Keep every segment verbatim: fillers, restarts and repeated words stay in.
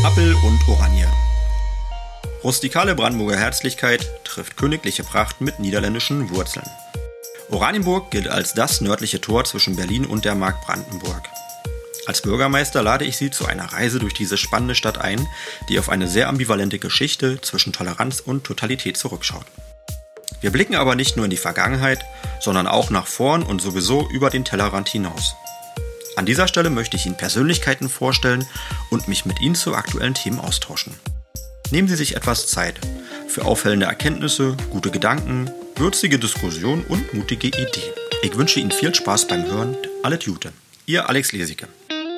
Appel und Oranje. Rustikale Brandenburger Herzlichkeit trifft königliche Pracht mit niederländischen Wurzeln. Oranienburg gilt als das nördliche Tor zwischen Berlin und der Mark Brandenburg. Als Bürgermeister lade ich Sie zu einer Reise durch diese spannende Stadt ein, die auf eine sehr ambivalente Geschichte zwischen Toleranz und Totalität zurückschaut. Wir blicken aber nicht nur in die Vergangenheit, sondern auch nach vorn und sowieso über den Tellerrand hinaus. An dieser Stelle möchte ich Ihnen Persönlichkeiten vorstellen und mich mit Ihnen zu aktuellen Themen austauschen. Nehmen Sie sich etwas Zeit für auffällende Erkenntnisse, gute Gedanken, würzige Diskussionen und mutige Ideen. Ich wünsche Ihnen viel Spaß beim Hören. Alles Gute. Ihr Alex Lesicke.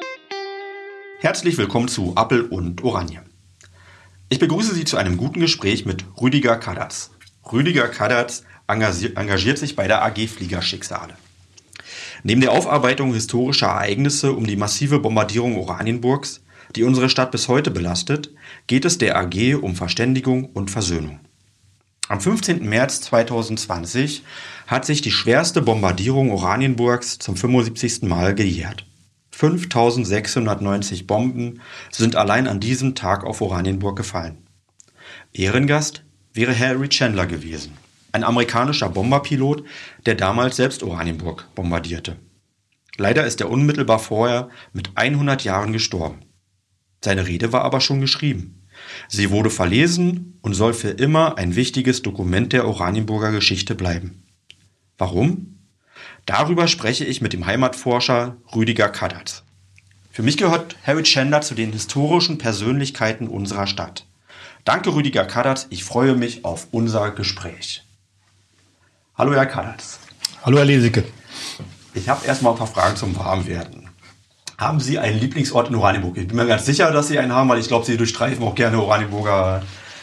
Herzlich willkommen zu Appel und Oranje. Ich begrüße Sie zu einem guten Gespräch mit Rüdiger Kaddatz. Rüdiger Kaddatz engagiert sich bei der A G Fliegerschicksale. Neben der Aufarbeitung historischer Ereignisse um die massive Bombardierung Oranienburgs, die unsere Stadt bis heute belastet, geht es der A G um Verständigung und Versöhnung. Am fünfzehnten März zweitausendzwanzig hat sich die schwerste Bombardierung Oranienburgs zum fünfundsiebzigsten Mal gejährt. fünftausendsechshundertneunzig Bomben sind allein an diesem Tag auf Oranienburg gefallen. Ehrengast wäre Harry Chandler gewesen, ein amerikanischer Bomberpilot, der damals selbst Oranienburg bombardierte. Leider ist er unmittelbar vorher mit hundert Jahren gestorben. Seine Rede war aber schon geschrieben. Sie wurde verlesen und soll für immer ein wichtiges Dokument der Oranienburger Geschichte bleiben. Warum? Darüber spreche ich mit dem Heimatforscher Rüdiger Kaddatz. Für mich gehört Harry Chandler zu den historischen Persönlichkeiten unserer Stadt. Danke, Rüdiger Kaddatz. Ich freue mich auf unser Gespräch. Hallo, Herr Kaddatz. Hallo, Herr Lesicke. Ich habe erstmal ein paar Fragen zum Warmwerden. Haben Sie einen Lieblingsort in Oranienburg? Ich bin mir ganz sicher, dass Sie einen haben, weil ich glaube, Sie durchstreifen auch gerne Oranienburger,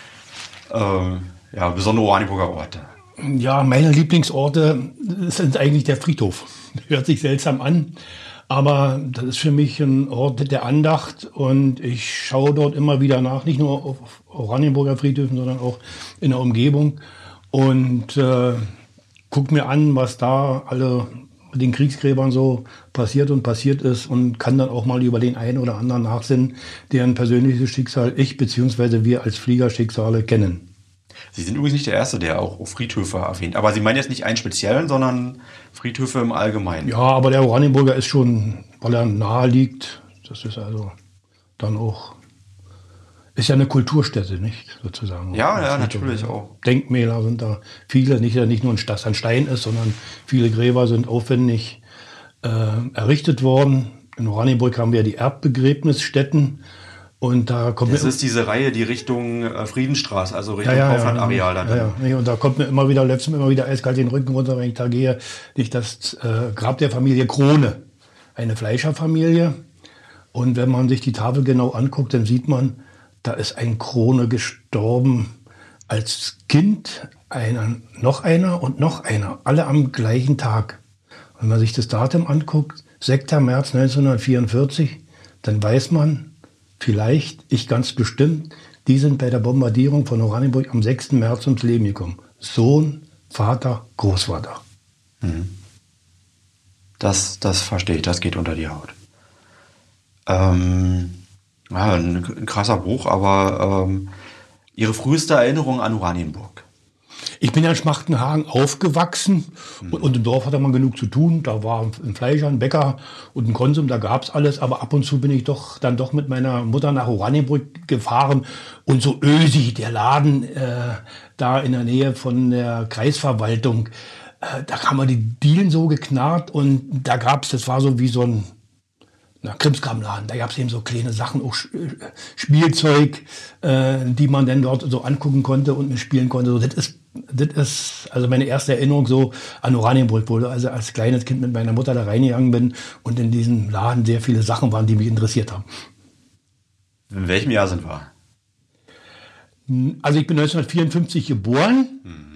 äh, ja, besondere Oranienburger Orte. Ja, meine Lieblingsorte sind eigentlich der Friedhof. Hört sich seltsam an, aber das ist für mich ein Ort der Andacht und ich schaue dort immer wieder nach, nicht nur auf Oranienburger Friedhöfen, sondern auch in der Umgebung und äh, gucke mir an, was da alle mit den Kriegsgräbern so passiert und passiert ist und kann dann auch mal über den einen oder anderen nachsinnen, deren persönliches Schicksal ich bzw. wir als Fliegerschicksale kennen. Sie sind übrigens nicht der Erste, der auch Friedhöfe erwähnt. Aber Sie meinen jetzt nicht einen speziellen, sondern Friedhöfe im Allgemeinen. Ja, aber der Oranienburger ist schon, weil er nahe liegt, das ist also dann auch, ist ja eine Kulturstätte, nicht, sozusagen. Ja, ja, natürlich auch. Denkmäler sind da viele, nicht, nicht nur ein, dass ein Stein ist, sondern viele Gräber sind aufwendig äh, errichtet worden. In Oranienburg haben wir die Erbbegräbnisstätten. Und da kommt das ist diese Reihe, die Richtung äh, Friedenstraße, also Richtung ja, ja, Kauflandareal. Ja, ja, ja. Und da kommt mir immer wieder, läuft mir immer wieder eiskalt den Rücken runter, wenn ich da gehe. Nicht das äh, Grab der Familie Krone, eine Fleischerfamilie. Und wenn man sich die Tafel genau anguckt, dann sieht man, da ist ein Krone gestorben als Kind, einer, noch einer und noch einer, alle am gleichen Tag. Wenn man sich das Datum anguckt, sechster März neunzehnhundertvierundvierzig, dann weiß man, vielleicht, ich ganz bestimmt, die sind bei der Bombardierung von Oranienburg am sechsten März ums Leben gekommen. Sohn, Vater, Großvater. Das, das verstehe ich, das geht unter die Haut. Ähm, ja, ein, ein krasser Bruch, aber ähm, Ihre früheste Erinnerung an Oranienburg? Ich bin ja in Schmachtenhagen aufgewachsen mhm. und, und im Dorf hatte man genug zu tun. Da war ein Fleischer, ein Bäcker und ein Konsum, da gab's alles. Aber ab und zu bin ich doch dann doch mit meiner Mutter nach Oranienburg gefahren. Und so Ösi, der Laden äh, da in der Nähe von der Kreisverwaltung, äh, da haben wir die Dielen so geknarrt und da gab's, das war so wie so ein Na, Krimskramladen, da gab es eben so kleine Sachen, auch Spielzeug, äh, die man dann dort so angucken konnte und spielen konnte. So, das ist, das ist also meine erste Erinnerung so an Oranienburg, wo ich also als kleines Kind mit meiner Mutter da reingegangen bin und in diesem Laden sehr viele Sachen waren, die mich interessiert haben. In welchem Jahr sind wir? Also ich bin neunzehnhundertvierundfünfzig geboren. Mhm.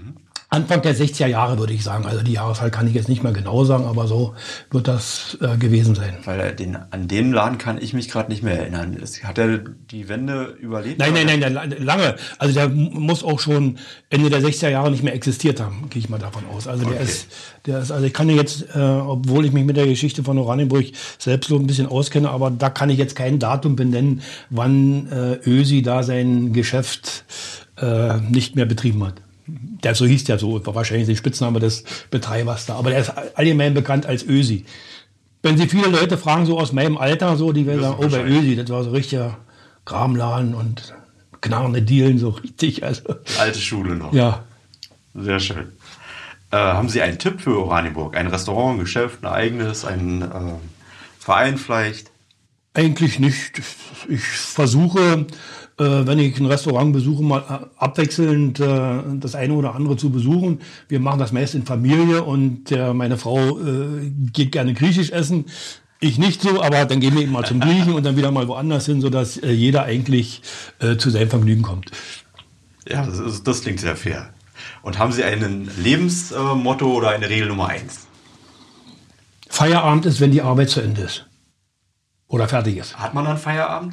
Anfang der sechziger Jahre, würde ich sagen. Also die Jahreszahl kann ich jetzt nicht mehr genau sagen, aber so wird das äh, gewesen sein. Weil den, an den Laden kann ich mich gerade nicht mehr erinnern. Es, hat er die Wende überlebt? Nein, nein, nein, nein, lange. Also der muss auch schon Ende der sechziger Jahre nicht mehr existiert haben, gehe ich mal davon aus. Also okay. der ist, der ist, also ich kann jetzt, äh, obwohl ich mich mit der Geschichte von Oranienburg selbst so ein bisschen auskenne, aber da kann ich jetzt kein Datum benennen, wann äh, Ösi da sein Geschäft äh, nicht mehr betrieben hat. Der so hieß der so, war wahrscheinlich der Spitzname des Betreibers da. Aber der ist allgemein bekannt als Ösi. Wenn Sie viele Leute fragen, so aus meinem Alter, so, die werden sagen, oh, bei Ösi, das war so richtiger Kramladen und knarrende Dielen, so richtig. Also. Alte Schule noch. Ja. Sehr schön. Äh, haben Sie einen Tipp für Oranienburg? Ein Restaurant, ein Geschäft, ein eigenes, ein äh, Verein vielleicht? Eigentlich nicht. Ich versuche, äh, wenn ich ein Restaurant besuche, mal abwechselnd äh, das eine oder andere zu besuchen. Wir machen das meist in Familie und äh, meine Frau äh, geht gerne griechisch essen. Ich nicht so, aber dann gehen wir eben mal zum Griechen und dann wieder mal woanders hin, sodass äh, jeder eigentlich äh, zu seinem Vergnügen kommt. Ja, das, ist, das klingt sehr fair. Und haben Sie ein Lebensmotto äh, oder eine Regel Nummer eins? Feierabend ist, wenn die Arbeit zu Ende ist. Oder fertig ist. Hat man dann Feierabend?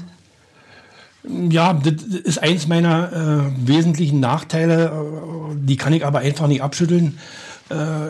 Ja, das ist eins meiner äh, wesentlichen Nachteile. Äh, die kann ich aber einfach nicht abschütteln. Äh,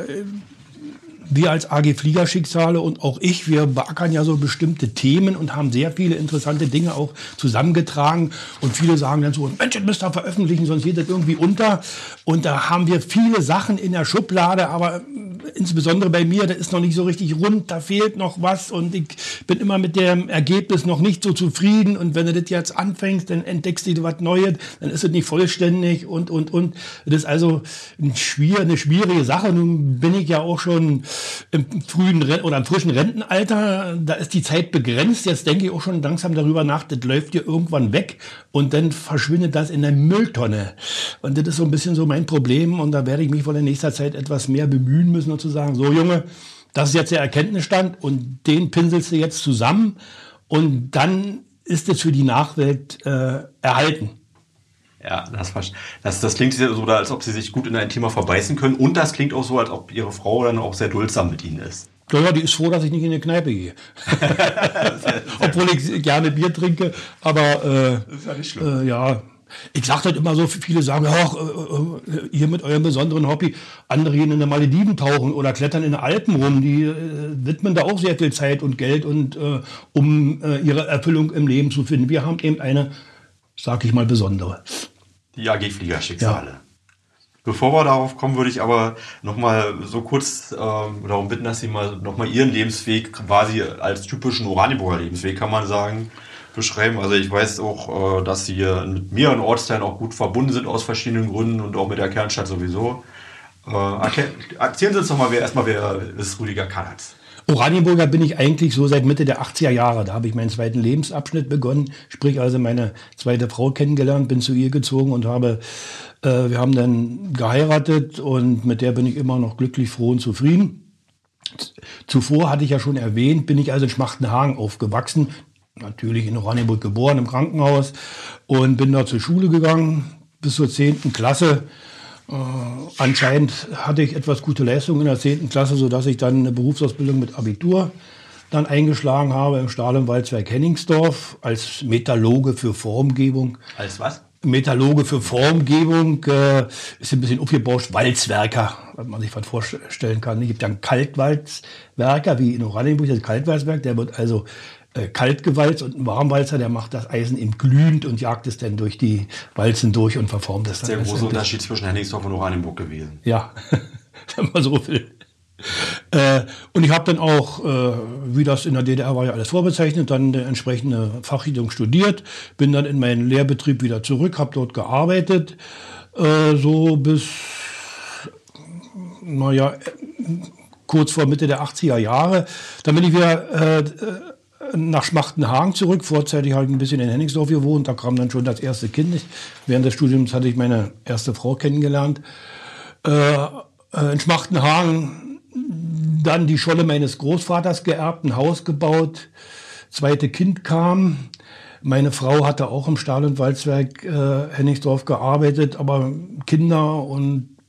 wir als A G Fliegerschicksale und auch ich, wir beackern ja so bestimmte Themen und haben sehr viele interessante Dinge auch zusammengetragen. Und viele sagen dann so, Mensch, das müsst ihr veröffentlichen, sonst geht das irgendwie unter. Und da haben wir viele Sachen in der Schublade, aber insbesondere bei mir, das ist noch nicht so richtig rund, da fehlt noch was und ich bin immer mit dem Ergebnis noch nicht so zufrieden. Und wenn du das jetzt anfängst, dann entdeckst du was Neues, dann ist es nicht vollständig und, und, und. Das ist also ein schwier- eine schwierige Sache. Nun bin ich ja auch schon im frühen Ren- oder im frischen Rentenalter, da ist die Zeit begrenzt. Jetzt denke ich auch schon langsam darüber nach, das läuft dir irgendwann weg und dann verschwindet das in der Mülltonne. Und das ist so ein bisschen so mein Problem und da werde ich mich wohl in nächster Zeit etwas mehr bemühen müssen und zu sagen, so Junge, das ist jetzt der Erkenntnisstand und den pinselst du jetzt zusammen und dann ist es für die Nachwelt äh, erhalten. Ja, das, das, das klingt so, als ob Sie sich gut in ein Thema verbeißen können. Und das klingt auch so, als ob Ihre Frau dann auch sehr duldsam mit Ihnen ist. Ja, ja, die ist froh, dass ich nicht in eine Kneipe gehe. Obwohl ich gerne Bier trinke. Aber äh, das ist ja nicht schlimm. Äh, ja, ich sage halt immer so, viele sagen, ach, äh, ihr mit eurem besonderen Hobby, andere gehen in den Malediven tauchen oder klettern in den Alpen rum. Die äh, widmen da auch sehr viel Zeit und Geld, und äh, um äh, ihre Erfüllung im Leben zu finden. Wir haben eben eine, sag ich mal, besondere. Die A G Fliegerschicksale. Ja. Bevor wir darauf kommen, würde ich aber noch mal so kurz ähm, darum bitten, dass Sie mal noch mal Ihren Lebensweg quasi als typischen Oranienburger Lebensweg, kann man sagen, beschreiben. Also ich weiß auch, äh, dass Sie mit mehreren Ortsteilen auch gut verbunden sind aus verschiedenen Gründen und auch mit der Kernstadt sowieso. Äh, erzählen Sie uns doch mal wer, erstmal, wer ist Rüdiger Kallatz? Oranienburger bin ich eigentlich so seit Mitte der achtziger Jahre. Da habe ich meinen zweiten Lebensabschnitt begonnen, sprich also meine zweite Frau kennengelernt, bin zu ihr gezogen und habe, äh, wir haben dann geheiratet und mit der bin ich immer noch glücklich, froh und zufrieden. Zuvor hatte ich ja schon erwähnt, bin ich also in Schmachtenhagen aufgewachsen, natürlich in Oranienburg geboren, im Krankenhaus, und bin da zur Schule gegangen bis zur zehnten Klasse. Äh, anscheinend hatte ich etwas gute Leistung in der zehnten Klasse, sodass ich dann eine Berufsausbildung mit Abitur dann eingeschlagen habe im Stahl- und Walzwerk Henningsdorf als Metallurge für Formgebung. Als was? Metallurge für Formgebung, äh, ist ein bisschen aufgebauscht, Walzwerker, was man sich was vorstellen kann. Es gibt ja einen Kaltwalzwerker, wie in Oranienburg, das Kaltwalzwerk, der wird also äh, kalt gewalzt, und ein Warmwalzer, der macht das Eisen eben glühend und jagt es dann durch die Walzen durch und verformt es. Das ist der große Unterschied zwischen Henningsdorf und Oranienburg gewesen. Ja, wenn man so will. Äh, und ich habe dann auch, äh, wie das in der D D R war ja alles vorbezeichnet, dann eine entsprechende Fachrichtung studiert, bin dann in meinen Lehrbetrieb wieder zurück, habe dort gearbeitet, äh, so bis, naja, kurz vor Mitte der achtziger Jahre. Dann bin ich wieder äh, nach Schmachtenhagen zurück, vorzeitig halt ein bisschen in Henningsdorf gewohnt, da kam dann schon das erste Kind. Ich, während des Studiums hatte ich meine erste Frau kennengelernt. Äh, in Schmachtenhagen dann die Scholle meines Großvaters geerbt, ein Haus gebaut, zweite Kind kam. Meine Frau hatte auch im Stahl- und Walzwerk äh, Henningsdorf gearbeitet, aber Kinder und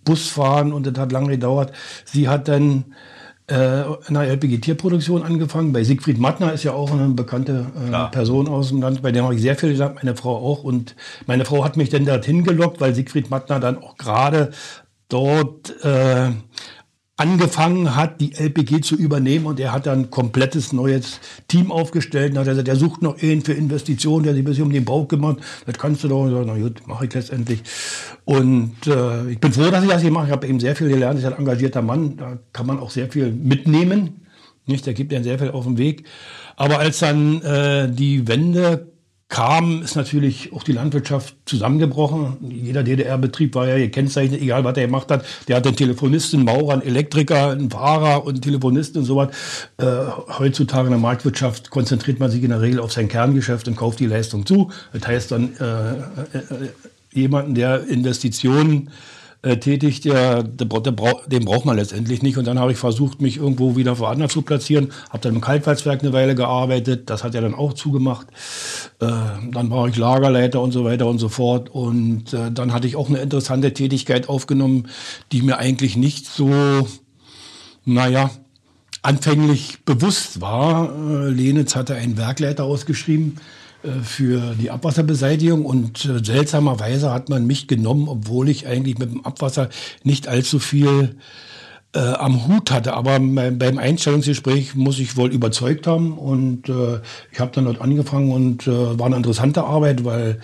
Busfahren und das hat lange gedauert. Sie hat dann äh, in der L P G-Tierproduktion angefangen. Bei Siegfried Mattner ist ja auch eine bekannte äh, Person aus dem Land, bei der habe ich sehr viel gesagt, meine Frau auch. Und meine Frau hat mich dann dorthin gelockt, weil Siegfried Mattner dann auch gerade dort äh, angefangen hat, die L P G zu übernehmen, und er hat dann ein komplettes neues Team aufgestellt und hat gesagt, der sucht noch einen für Investitionen, der sich ein bisschen um den Bau kümmert. Das kannst du doch. Und ich sage, na gut, mache ich letztendlich. Und äh, ich bin froh, dass ich das hier mache. Ich habe eben sehr viel gelernt. Ich bin ein engagierter Mann. Da kann man auch sehr viel mitnehmen. Nicht? Der gibt ja sehr viel auf den Weg. Aber als dann äh, die Wende kam, ist natürlich auch die Landwirtschaft zusammengebrochen. Jeder D D R-Betrieb war ja gekennzeichnet, egal was er gemacht hat. Der hat einen Telefonisten, einen Maurer, einen Elektriker, einen Fahrer und einen Telefonisten und sowas. Äh, heutzutage in der Marktwirtschaft konzentriert man sich in der Regel auf sein Kerngeschäft und kauft die Leistung zu. Das heißt dann, äh, äh, jemanden, der Investitionen äh, tätigt, der, der, der, den braucht man letztendlich nicht. Und dann habe ich versucht, mich irgendwo wieder woanders zu platzieren. Habe dann im Kaltwalzwerk eine Weile gearbeitet. Das hat er dann auch zugemacht. Äh, dann war ich Lagerleiter und so weiter und so fort. Und äh, dann hatte ich auch eine interessante Tätigkeit aufgenommen, die mir eigentlich nicht so, naja, anfänglich bewusst war. Äh, Lenitz hatte einen Werkleiter ausgeschrieben für die Abwasserbeseitigung, und äh, seltsamerweise hat man mich genommen, obwohl ich eigentlich mit dem Abwasser nicht allzu viel äh, am Hut hatte. Aber beim Einstellungsgespräch muss ich wohl überzeugt haben, und äh, ich habe dann dort angefangen, und äh, war eine interessante Arbeit, weil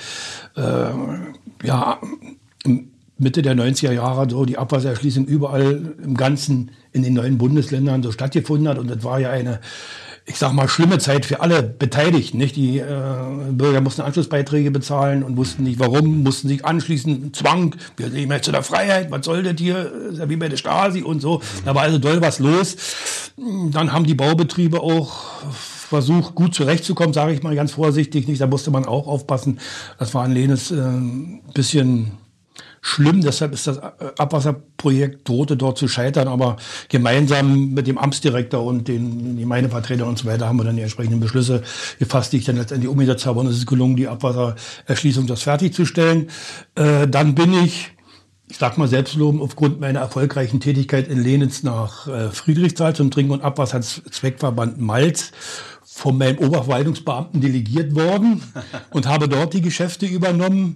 äh, ja Mitte der neunziger Jahre so die Abwassererschließung überall im Ganzen in den neuen Bundesländern so stattgefunden hat, und das war ja eine, ich sag mal, schlimme Zeit für alle Beteiligten, nicht? Die äh, Bürger mussten Anschlussbeiträge bezahlen und wussten nicht warum, mussten sich anschließen, Zwang, wir leben jetzt zu der Freiheit, was soll das hier, ist ja wie bei der Stasi und so. Da war also doll was los. Dann haben die Baubetriebe auch versucht, gut zurechtzukommen, sage ich mal ganz vorsichtig, nicht? Da musste man auch aufpassen. Das war in Lenitz äh, ein bisschen schlimm, deshalb ist das Abwasserprojekt drohte dort zu scheitern, aber gemeinsam mit dem Amtsdirektor und den Gemeindevertretern und so weiter haben wir dann die entsprechenden Beschlüsse gefasst, die ich dann letztendlich umgesetzt habe, und es ist gelungen, die Abwassererschließung das fertigzustellen. Äh, dann bin ich, ich sag mal selbstloben, aufgrund meiner erfolgreichen Tätigkeit in Lenitz nach äh, Friedrichsthal zum Trink- und Abwasserzweckverband Malz von meinem Oberverwaltungsbeamten delegiert worden und habe dort die Geschäfte übernommen.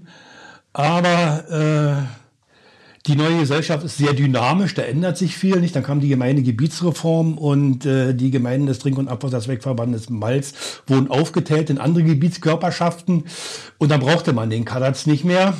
Aber äh, die neue Gesellschaft ist sehr dynamisch, da ändert sich viel, nicht? Dann kam die Gemeindegebietsreform, und äh, die Gemeinden des Trink- und Abwasserzweckverbandes Malz wurden aufgeteilt in andere Gebietskörperschaften, und dann brauchte man den Kadatz nicht mehr.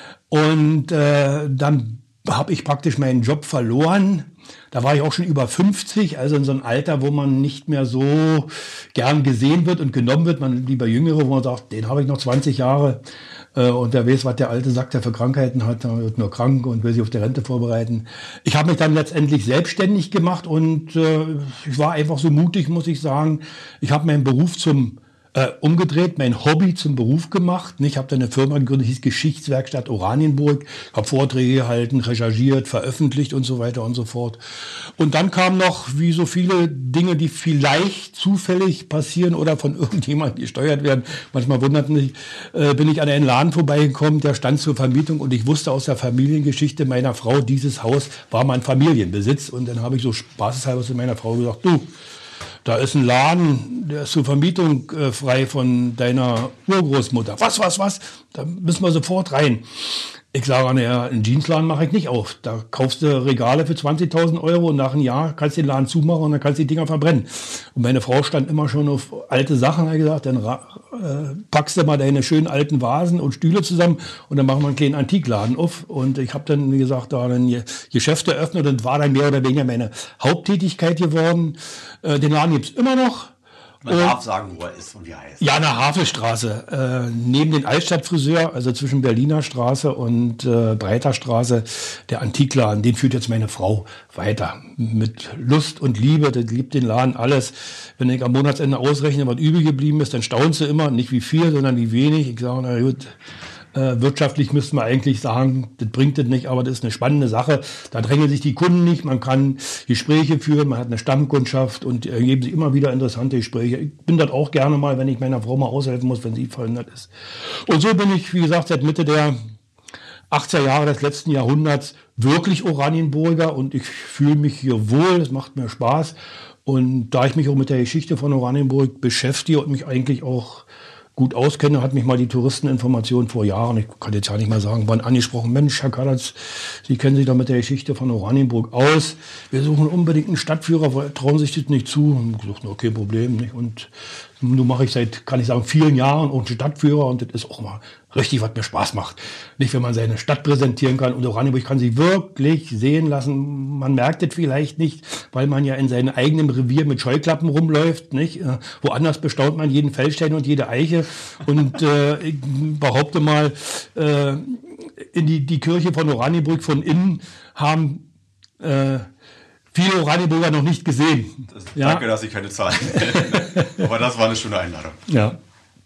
Und äh, dann habe ich praktisch meinen Job verloren. Da war ich auch schon über fünfzig, also in so einem Alter, wo man nicht mehr so gern gesehen wird und genommen wird. Man lieber Jüngere, wo man sagt, den habe ich noch zwanzig Jahre. Und der weiß, was der Alte sagt, der für Krankheiten hat, er wird nur krank und will sich auf die Rente vorbereiten. Ich habe mich dann letztendlich selbstständig gemacht, und äh, ich war einfach so mutig, muss ich sagen. Ich habe meinen Beruf zum äh, umgedreht, mein Hobby zum Beruf gemacht. Ich habe dann eine Firma gegründet, hieß Geschichtswerkstatt Oranienburg, habe Vorträge gehalten, recherchiert, veröffentlicht und so weiter und so fort. Und dann kamen noch, wie so viele Dinge, die vielleicht zufällig passieren oder von irgendjemandem gesteuert werden. Manchmal wundert mich, äh, bin ich an einen Laden vorbeigekommen, der stand zur Vermietung, und ich wusste aus der Familiengeschichte meiner Frau, dieses Haus war mein Familienbesitz. Und dann habe ich so spaßeshalber zu meiner Frau gesagt, du, da ist ein Laden, der ist zur Vermietung äh, frei von deiner Urgroßmutter. Was, was, was? Da müssen wir sofort rein. Ich sage, naja, einen Jeansladen mache ich nicht auf. Da kaufst du Regale für zwanzigtausend Euro, und nach einem Jahr kannst du den Laden zumachen und dann kannst du die Dinger verbrennen. Und meine Frau stand immer schon auf alte Sachen, hat gesagt, dann äh, packst du mal deine schönen alten Vasen und Stühle zusammen und dann machen wir einen kleinen Antikladen auf. Und ich habe dann, wie gesagt, da ein Geschäft eröffnet, und war dann mehr oder weniger meine Haupttätigkeit geworden. Äh, den Laden gibt's immer noch. Man darf sagen, wo er ist und wie er heißt. Ja, in der Havelstraße, äh, neben den Altstadtfriseur, also zwischen Berliner Straße und äh, Breiter Straße, der Antikladen, den führt jetzt meine Frau weiter. Mit Lust und Liebe, die liebt den Laden, alles. Wenn ich am Monatsende ausrechne, was übrig geblieben ist, dann staunst du immer, nicht wie viel, sondern wie wenig. Ich sage, na gut, Äh, wirtschaftlich müsste man eigentlich sagen, das bringt es nicht, aber das ist eine spannende Sache. Da drängen sich die Kunden nicht, man kann Gespräche führen, man hat eine Stammkundschaft und ergeben sich immer wieder interessante Gespräche. Ich bin dort auch gerne mal, wenn ich meiner Frau mal aushelfen muss, wenn sie verhindert ist. Und so bin ich, wie gesagt, seit Mitte der achtziger Jahre des letzten Jahrhunderts wirklich Oranienburger und ich fühle mich hier wohl, es macht mir Spaß. Und da ich mich auch mit der Geschichte von Oranienburg beschäftige und mich eigentlich auch gut auskenne, hat mich mal die Touristeninformation vor Jahren, ich kann jetzt ja nicht mal sagen, wann angesprochen, Mensch, Herr Kalatz, Sie kennen sich doch mit der Geschichte von Oranienburg aus. Wir suchen unbedingt einen Stadtführer, weil trauen sich das nicht zu. Und ich gesagt, okay, Problem nicht. Und nun mache ich seit, kann ich sagen, vielen Jahren auch einen Stadtführer und das ist auch mal richtig, was mir Spaß macht. Nicht, wenn man seine Stadt präsentieren kann. Und Oranienburg kann sich wirklich sehen lassen. Man merkt es vielleicht nicht, weil man ja in seinem eigenen Revier mit Scheuklappen rumläuft. Nicht? Äh, woanders bestaunt man jeden Feldstein und jede Eiche. Und äh, ich behaupte mal, äh, in die, die Kirche von Oranienburg von innen haben äh, viele Oranienburger noch nicht gesehen. Das, ja? Danke, dass ich keine Zahlen aber das war eine schöne Einladung. Ja.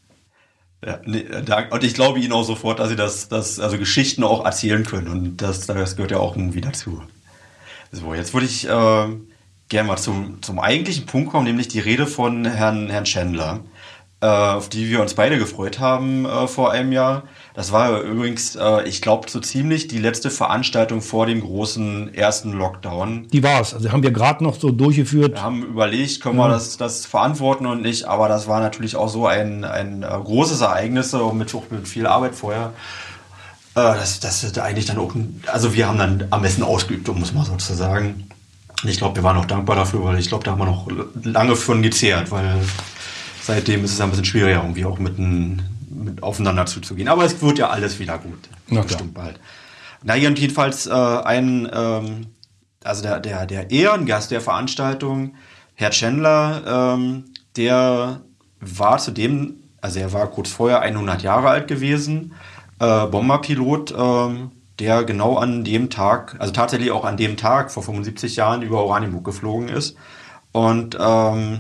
Ja, nee, da, und ich glaube Ihnen auch sofort, dass Sie das, das also Geschichten auch erzählen können. Und das, das gehört ja auch irgendwie dazu. So, jetzt würde ich äh, gerne mal zum, zum eigentlichen Punkt kommen, nämlich die Rede von Herrn, Herrn Chandler, äh, auf die wir uns beide gefreut haben äh, vor einem Jahr. Das war übrigens, äh, ich glaube, so ziemlich die letzte Veranstaltung vor dem großen ersten Lockdown. Die war es. Also haben wir gerade noch so durchgeführt. Wir haben überlegt, können wir das, das verantworten und nicht, aber das war natürlich auch so ein, ein äh, großes Ereignis und mit, auch mit viel Arbeit vorher. Äh, das, das ist eigentlich dann auch, also wir haben dann am besten ausgeübt, um es mal so zu sagen. Und ich glaube, wir waren auch dankbar dafür, weil ich glaube, da haben wir noch lange von gezehrt, weil seitdem ist es ein bisschen schwieriger, irgendwie auch mit einem mit aufeinander zuzugehen. Aber es wird ja alles wieder gut. Na bestimmt klar. Bald. Na ja, und jedenfalls äh, ein, ähm, also der, der, der Ehrengast der Veranstaltung, Herr Chandler, ähm, der war zudem, also er war kurz vorher hundert Jahre alt gewesen, äh, Bomberpilot, ähm, der genau an dem Tag, also tatsächlich auch an dem Tag vor fünfundsiebzig Jahren über Oranienburg geflogen ist und ähm,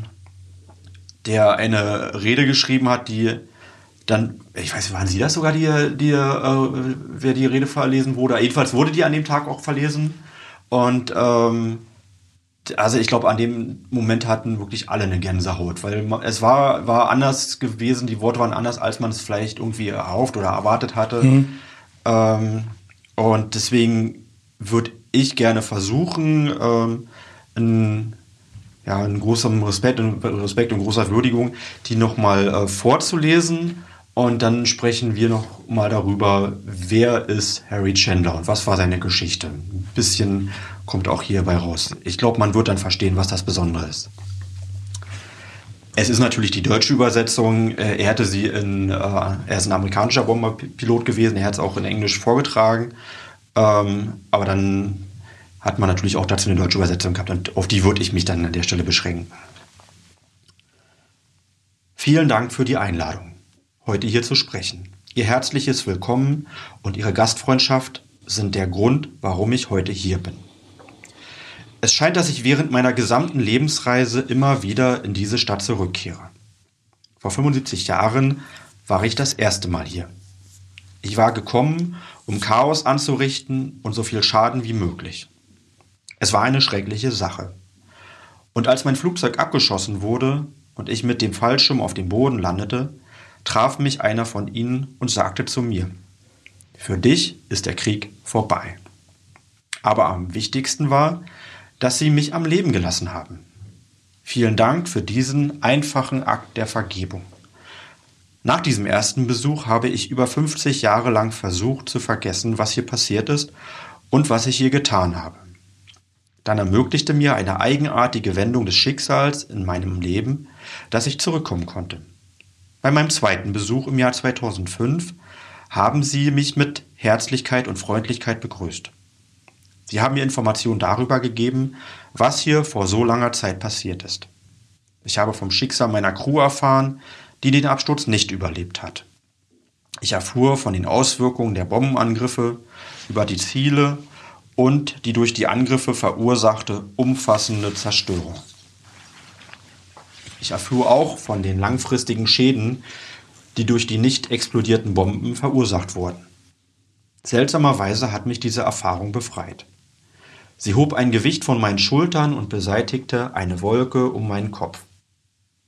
der eine Rede geschrieben hat, die dann, ich weiß nicht, waren Sie das sogar, die, die, äh, wer die Rede verlesen wurde? Jedenfalls wurde die an dem Tag auch verlesen. Und ähm, also ich glaube, an dem Moment hatten wirklich alle eine Gänsehaut, weil man, es war, war anders gewesen, die Worte waren anders, als man es vielleicht irgendwie erhofft oder erwartet hatte. Mhm. Ähm, und deswegen würde ich gerne versuchen, ähm, ein ja, in großem Respekt und, Respekt und großer Würdigung, die nochmal äh, vorzulesen. Und dann sprechen wir noch mal darüber, wer ist Harry Chandler und was war seine Geschichte. Ein bisschen kommt auch hierbei raus. Ich glaube, man wird dann verstehen, was das Besondere ist. Es ist natürlich die deutsche Übersetzung. Er hatte sie in, äh, er ist ein amerikanischer Bomberpilot gewesen. Er hat es auch in Englisch vorgetragen. Ähm, aber dann hat man natürlich auch dazu eine deutsche Übersetzung gehabt und auf die würde ich mich dann an der Stelle beschränken. Vielen Dank für die Einladung, heute hier zu sprechen. Ihr herzliches Willkommen und Ihre Gastfreundschaft sind der Grund, warum ich heute hier bin. Es scheint, dass ich während meiner gesamten Lebensreise immer wieder in diese Stadt zurückkehre. Vor fünfundsiebzig Jahren war ich das erste Mal hier. Ich war gekommen, um Chaos anzurichten und so viel Schaden wie möglich. Es war eine schreckliche Sache. Und als mein Flugzeug abgeschossen wurde und ich mit dem Fallschirm auf dem Boden landete, traf mich einer von ihnen und sagte zu mir: Für dich ist der Krieg vorbei. Aber am wichtigsten war, dass sie mich am Leben gelassen haben. Vielen Dank für diesen einfachen Akt der Vergebung. Nach diesem ersten Besuch habe ich über fünfzig Jahre lang versucht zu vergessen, was hier passiert ist und was ich hier getan habe. Dann ermöglichte mir eine eigenartige Wendung des Schicksals in meinem Leben, dass ich zurückkommen konnte. Bei meinem zweiten Besuch im Jahr zweitausendfünf haben sie mich mit Herzlichkeit und Freundlichkeit begrüßt. Sie haben mir Informationen darüber gegeben, was hier vor so langer Zeit passiert ist. Ich habe vom Schicksal meiner Crew erfahren, die den Absturz nicht überlebt hat. Ich erfuhr von den Auswirkungen der Bombenangriffe, über die Ziele und die durch die Angriffe verursachte umfassende Zerstörung. Ich erfuhr auch von den langfristigen Schäden, die durch die nicht explodierten Bomben verursacht wurden. Seltsamerweise hat mich diese Erfahrung befreit. Sie hob ein Gewicht von meinen Schultern und beseitigte eine Wolke um meinen Kopf.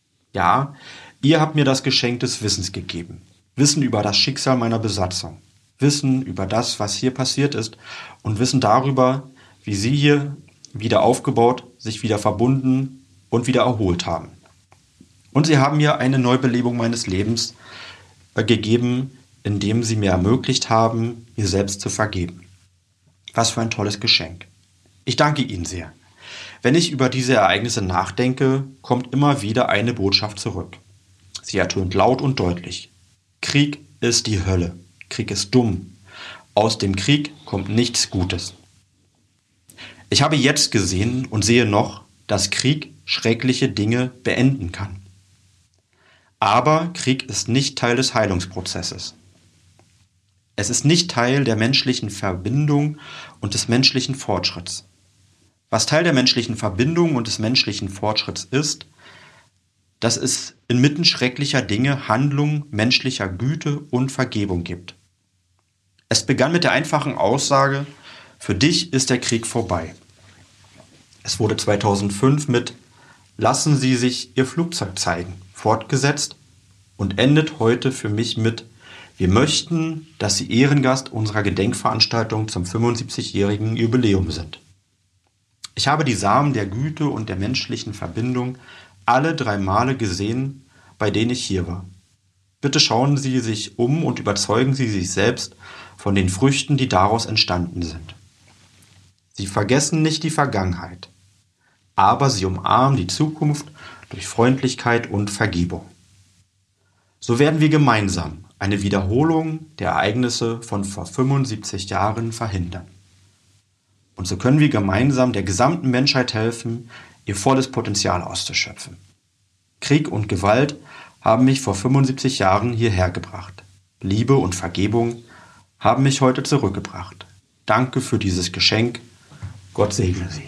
Ja, ihr habt mir das Geschenk des Wissens gegeben. Wissen über das Schicksal meiner Besatzung. Wissen über das, was hier passiert ist und Wissen darüber, wie Sie hier wieder aufgebaut, sich wieder verbunden und wieder erholt haben. Und Sie haben mir eine Neubelebung meines Lebens äh, gegeben, indem Sie mir ermöglicht haben, mir selbst zu vergeben. Was für ein tolles Geschenk. Ich danke Ihnen sehr. Wenn ich über diese Ereignisse nachdenke, kommt immer wieder eine Botschaft zurück. Sie ertönt laut und deutlich. Krieg ist die Hölle. Krieg ist dumm. Aus dem Krieg kommt nichts Gutes. Ich habe jetzt gesehen und sehe noch, dass Krieg schreckliche Dinge beenden kann. Aber Krieg ist nicht Teil des Heilungsprozesses. Es ist nicht Teil der menschlichen Verbindung und des menschlichen Fortschritts. Was Teil der menschlichen Verbindung und des menschlichen Fortschritts ist, dass es inmitten schrecklicher Dinge Handlung menschlicher Güte und Vergebung gibt. Es begann mit der einfachen Aussage, für dich ist der Krieg vorbei. Es wurde zweitausendfünf mit Lassen Sie sich Ihr Flugzeug zeigen fortgesetzt und endet heute für mich mit Wir möchten, dass Sie Ehrengast unserer Gedenkveranstaltung zum fünfundsiebzigjährigen Jubiläum sind. Ich habe die Samen der Güte und der menschlichen Verbindung alle drei Male gesehen, bei denen ich hier war. Bitte schauen Sie sich um und überzeugen Sie sich selbst von den Früchten, die daraus entstanden sind. Sie vergessen nicht die Vergangenheit, aber sie umarmen die Zukunft durch Freundlichkeit und Vergebung. So werden wir gemeinsam eine Wiederholung der Ereignisse von vor fünfundsiebzig Jahren verhindern. Und so können wir gemeinsam der gesamten Menschheit helfen, ihr volles Potenzial auszuschöpfen. Krieg und Gewalt haben mich vor fünfundsiebzig Jahren hierher gebracht. Liebe und Vergebung haben mich heute zurückgebracht. Danke für dieses Geschenk. Gott segne Sie.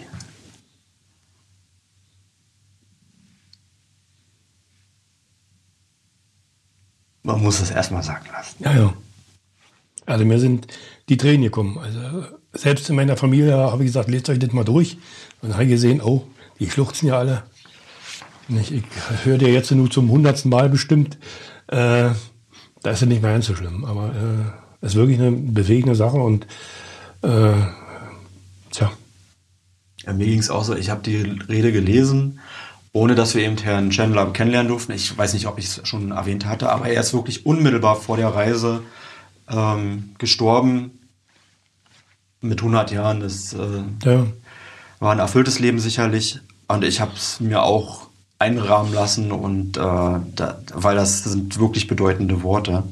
Man muss es erstmal sagen lassen. Ja, ja. Also mir sind die Tränen gekommen. Also selbst in meiner Familie habe ich gesagt, lest euch das mal durch. Und dann habe ich gesehen, oh, die schluchzen ja alle. Ich, ich höre dir jetzt nur zum hundertsten Mal bestimmt. Äh, da ist es nicht mehr ganz so schlimm. Aber äh, es ist wirklich eine bewegende Sache. Und äh, tja. Ja, mir ging es auch so, ich habe die Rede gelesen, ohne dass wir eben Herrn Chandler kennenlernen durften. Ich weiß nicht, ob ich es schon erwähnt hatte, aber er ist wirklich unmittelbar vor der Reise ähm, gestorben. Mit hundert Jahren. Das äh, ja. war ein erfülltes Leben sicherlich. Und ich habe es mir auch einrahmen lassen, und äh, da, weil das sind wirklich bedeutende Worte.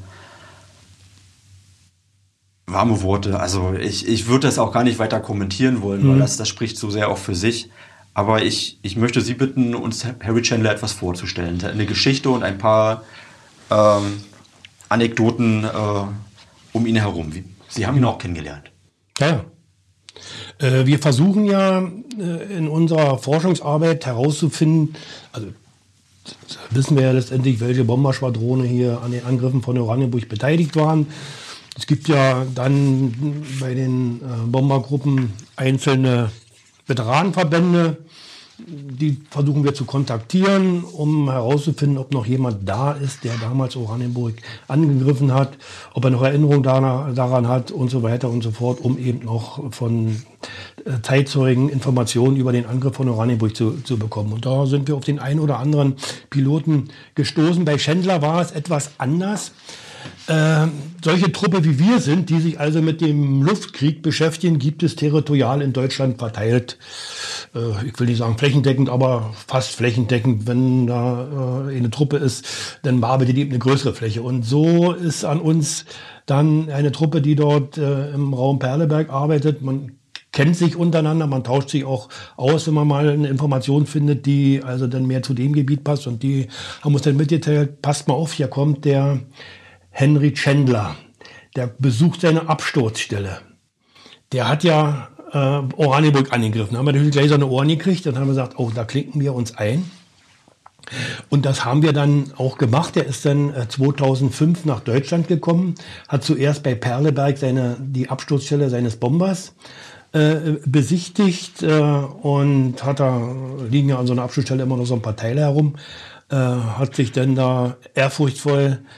Warme Worte. Also ich, ich würde das auch gar nicht weiter kommentieren wollen, mhm. weil das, das spricht so sehr auch für sich. Aber ich, ich möchte Sie bitten, uns Harry Chandler etwas vorzustellen. Eine Geschichte und ein paar ähm, Anekdoten äh, um ihn herum. Sie haben ihn auch kennengelernt. Ja, äh, wir versuchen ja äh, in unserer Forschungsarbeit herauszufinden, also wissen wir ja letztendlich, welche Bomberschwadrone hier an den Angriffen von Oranienburg beteiligt waren. Es gibt ja dann bei den äh, Bombergruppen einzelne Veteranenverbände, die versuchen wir zu kontaktieren, um herauszufinden, ob noch jemand da ist, der damals Oranienburg angegriffen hat, ob er noch Erinnerung daran, daran hat und so weiter und so fort, um eben noch von äh, Zeitzeugen Informationen über den Angriff von Oranienburg zu, zu bekommen. Und da sind wir auf den einen oder anderen Piloten gestoßen. Bei Chandler war es etwas anders. Äh, solche Truppe wie wir sind, die sich also mit dem Luftkrieg beschäftigen, gibt es territorial in Deutschland verteilt. Äh, ich will nicht sagen flächendeckend, aber fast flächendeckend. Wenn da äh, eine Truppe ist, dann bearbeitet die eine größere Fläche. Und so ist an uns dann eine Truppe, die dort äh, im Raum Perleberg arbeitet. Man kennt sich untereinander, man tauscht sich auch aus, wenn man mal eine Information findet, die also dann mehr zu dem Gebiet passt. Und die haben uns dann mitgeteilt, passt mal auf, hier kommt der Henry Chandler, der besucht seine Absturzstelle. Der hat ja äh, Oranienburg angegriffen. Da haben wir natürlich gleich so eine Ohren gekriegt und haben gesagt, oh, da klinken wir uns ein. Und das haben wir dann auch gemacht. Er ist dann äh, zweitausendfünf nach Deutschland gekommen, hat zuerst bei Perleberg seine, die Absturzstelle seines Bombers äh, besichtigt äh, und hat da, liegen ja an so einer Absturzstelle immer noch so ein paar Teile herum, äh, hat sich dann da ehrfurchtsvoll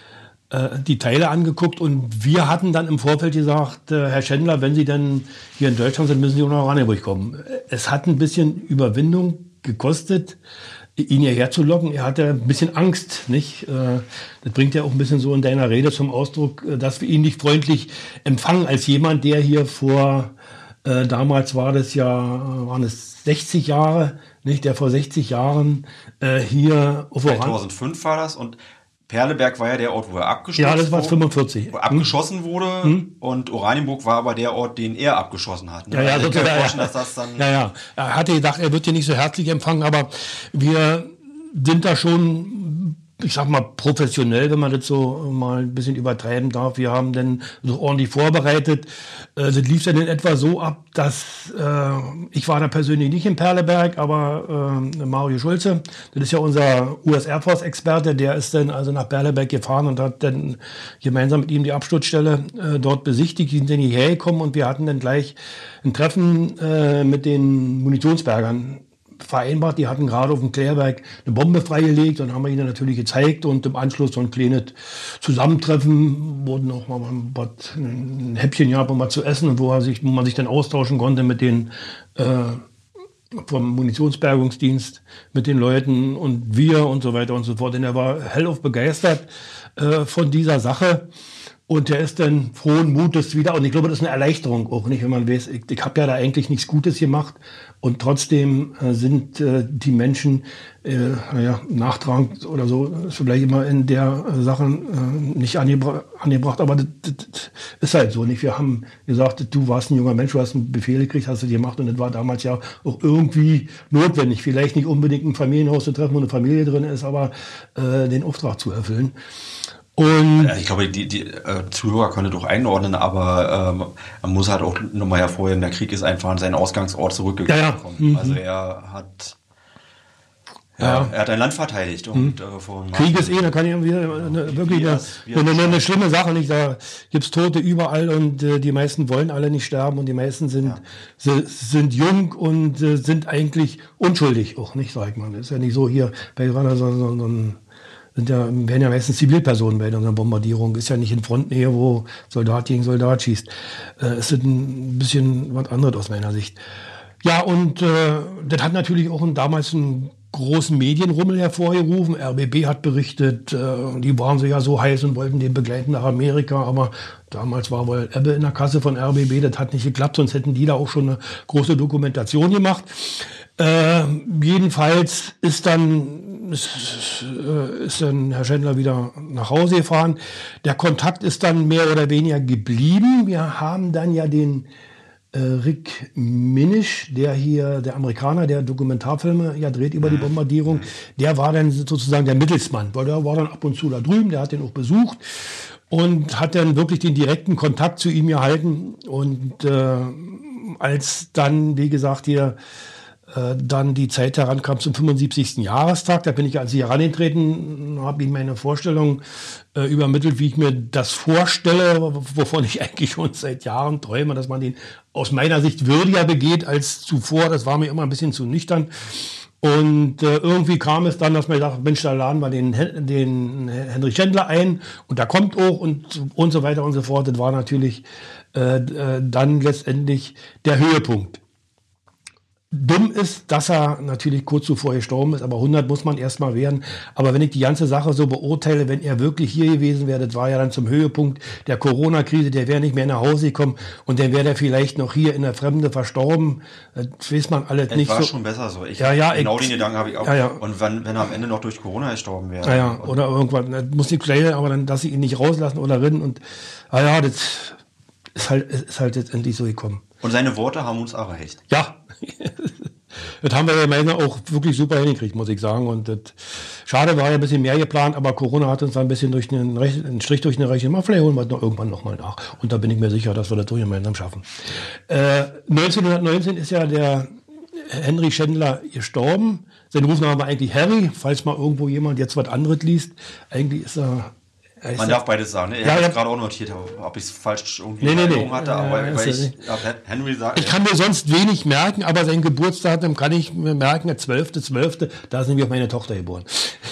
äh, die Teile angeguckt und wir hatten dann im Vorfeld gesagt, äh, Herr Schendler, wenn Sie denn hier in Deutschland sind, müssen Sie auch nach Oranienburg kommen. Es hat ein bisschen Überwindung gekostet, ihn hierher zu locken. Er hatte ein bisschen Angst, nicht? Das bringt ja auch ein bisschen so in deiner Rede zum Ausdruck, dass wir ihn nicht freundlich empfangen als jemand, der hier vor, äh, damals war das ja, waren es sechzig Jahre, nicht? Der vor sechzig Jahren äh, hier auf Oran- zweitausendfünf war das und Perleberg war ja der Ort, wo er abgeschossen Ja, das war wurde, fünfundvierzig. wo er abgeschossen wurde Hm? und Oranienburg war aber der Ort, den er abgeschossen hat. Ne? Ja, ja, also ich kann mir ja, vorstellen, ja. dass das dann... Ja, ja. Er hatte gedacht, er wird hier nicht so herzlich empfangen, aber wir sind da schon, ich sag mal, professionell, wenn man das so mal ein bisschen übertreiben darf. Wir haben dann so ordentlich vorbereitet. Äh, Das lief dann in etwa so ab, dass äh, ich war da persönlich nicht in Perleberg, aber äh, Mario Schulze, das ist ja unser U S Air Force Experte, der ist dann also nach Perleberg gefahren und hat dann gemeinsam mit ihm die Absturzstelle äh, dort besichtigt. Die sind dann hierher gekommen und wir hatten dann gleich ein Treffen äh, mit den Munitionsbergern vereinbart. Die hatten gerade auf dem Klärwerk eine Bombe freigelegt und haben wir ihnen natürlich gezeigt und im Anschluss so ein kleines Zusammentreffen, wurden auch mal ein Häppchen gehabt, um mal zu essen und wo, er sich, wo man sich dann austauschen konnte mit den äh, vom Munitionsbergungsdienst, mit den Leuten und wir und so weiter und so fort. Denn er war hellauf begeistert äh, von dieser Sache. Und der ist dann frohen Mutes wieder. Und ich glaube, das ist eine Erleichterung auch, nicht, wenn man weiß, ich, ich habe ja da eigentlich nichts Gutes gemacht. Und trotzdem äh, sind äh, die Menschen, äh, naja, nachtragend oder so, ist vielleicht immer in der äh, Sache äh, nicht angebra- angebracht. Aber das, das, das ist halt so, nicht? Wir haben gesagt, du warst ein junger Mensch, du hast einen Befehl gekriegt, hast du gemacht. Und das war damals ja auch irgendwie notwendig. Vielleicht nicht unbedingt ein Familienhaus zu treffen, wo eine Familie drin ist, aber äh, den Auftrag zu erfüllen. Und Ja, ich glaube, die, die äh, Zuhörer können doch einordnen, aber ähm, man muss halt auch nochmal hervorheben, der Krieg ist einfach an seinen Ausgangsort zurückgekommen. Ja, ja. Mhm. Also er hat ja, Ja. er hat ein Land verteidigt. Und, äh, von Krieg ist eh, da kann ich wieder eine, wirklich wie eine, das- wie eine, das eine, eine schlimme Sache nicht. Da gibt's Tote überall und äh, die meisten wollen alle nicht sterben und die meisten sind, Ja. si- sind jung und äh, sind eigentlich unschuldig auch nicht, sag ich mal. Das ist ja nicht so hier bei so, so, so, so ein sind ja, werden ja meistens Zivilpersonen bei einer Bombardierung. Ist ja nicht in Frontnähe, wo Soldat gegen Soldat schießt. Äh, es ist ein bisschen was anderes aus meiner Sicht. Ja, und äh, das hat natürlich auch ein, damals einen großen Medienrummel hervorgerufen. R B B hat berichtet, äh, die waren so ja so heiß und wollten den begleiten nach Amerika, aber damals war wohl Ebbe in der Kasse von R B B, das hat nicht geklappt, sonst hätten die da auch schon eine große Dokumentation gemacht. Äh, jedenfalls ist dann, ist, ist dann Herr Schendler wieder nach Hause gefahren. Der Kontakt ist dann mehr oder weniger geblieben. Wir haben dann ja den äh, Rick Minisch, der hier, der Amerikaner, der Dokumentarfilme ja dreht über die Bombardierung, der war dann sozusagen der Mittelsmann, weil der war dann ab und zu da drüben, der hat den auch besucht und hat dann wirklich den direkten Kontakt zu ihm gehalten. Und äh, als dann, wie gesagt, hier äh, dann die Zeit herankam zum fünfundsiebzigsten Jahrestag, da bin ich als ich herangetreten, habe ihm meine Vorstellung äh, übermittelt, wie ich mir das vorstelle, wovon ich eigentlich schon seit Jahren träume, dass man den aus meiner Sicht würdiger begeht als zuvor. Das war mir immer ein bisschen zu nüchtern. Und äh, irgendwie kam es dann, dass man dachte, Mensch, da laden wir den, Hen- den Henry Schendler ein und da kommt auch und, und so weiter und so fort. Das war natürlich äh, äh, dann letztendlich der Höhepunkt. Dumm ist, dass er natürlich kurz zuvor gestorben ist, aber hundert muss man erst mal werden. Aber wenn ich die ganze Sache so beurteile, wenn er wirklich hier gewesen wäre, das war ja dann zum Höhepunkt der Corona-Krise, der wäre nicht mehr nach Hause gekommen und dann wäre der vielleicht noch hier in der Fremde verstorben. Das weiß man alles Es nicht war so. schon besser so. Ich, Ja, ja, genau ich- den Gedanken habe ich auch. Ja, ja. Und wenn, wenn er am Ende noch durch Corona gestorben wäre. Ja, ja, Und oder irgendwas, das muss nicht sein, aber dann, dass sie ihn nicht rauslassen oder rennen und, ah ja, das ist halt, ist halt jetzt endlich so gekommen. Und seine Worte haben uns erreicht. Ja, das haben wir ja meiner auch wirklich super hingekriegt, muss ich sagen. Und das, schade, war ja ein bisschen mehr geplant, aber Corona hat uns da ein bisschen durch einen, Rech- einen Strich durch eine Rechnung gemacht. Vielleicht holen wir es noch irgendwann nochmal nach. Und da bin ich mir sicher, dass wir das so gemeinsam schaffen. Äh, neunzehnhundertneunzehn ist ja der Henry Schendler gestorben. Sein Rufname war eigentlich Harry, falls mal irgendwo jemand jetzt was anderes liest. Eigentlich ist er... er ist Man er- darf beides sagen. Ne? Ich Ja, habe ja. jetzt gerade auch notiert, ob ich es falsch irgendwie Nee, in nee, nee. Erinnerung hatte, aber Ja, weil ist ja ich ja, Henry sagt. Ich kann mir sonst wenig merken, aber sein Geburtsdatum kann ich mir merken, der zwölfte zwölfte, da sind wir auf meine Tochter geboren.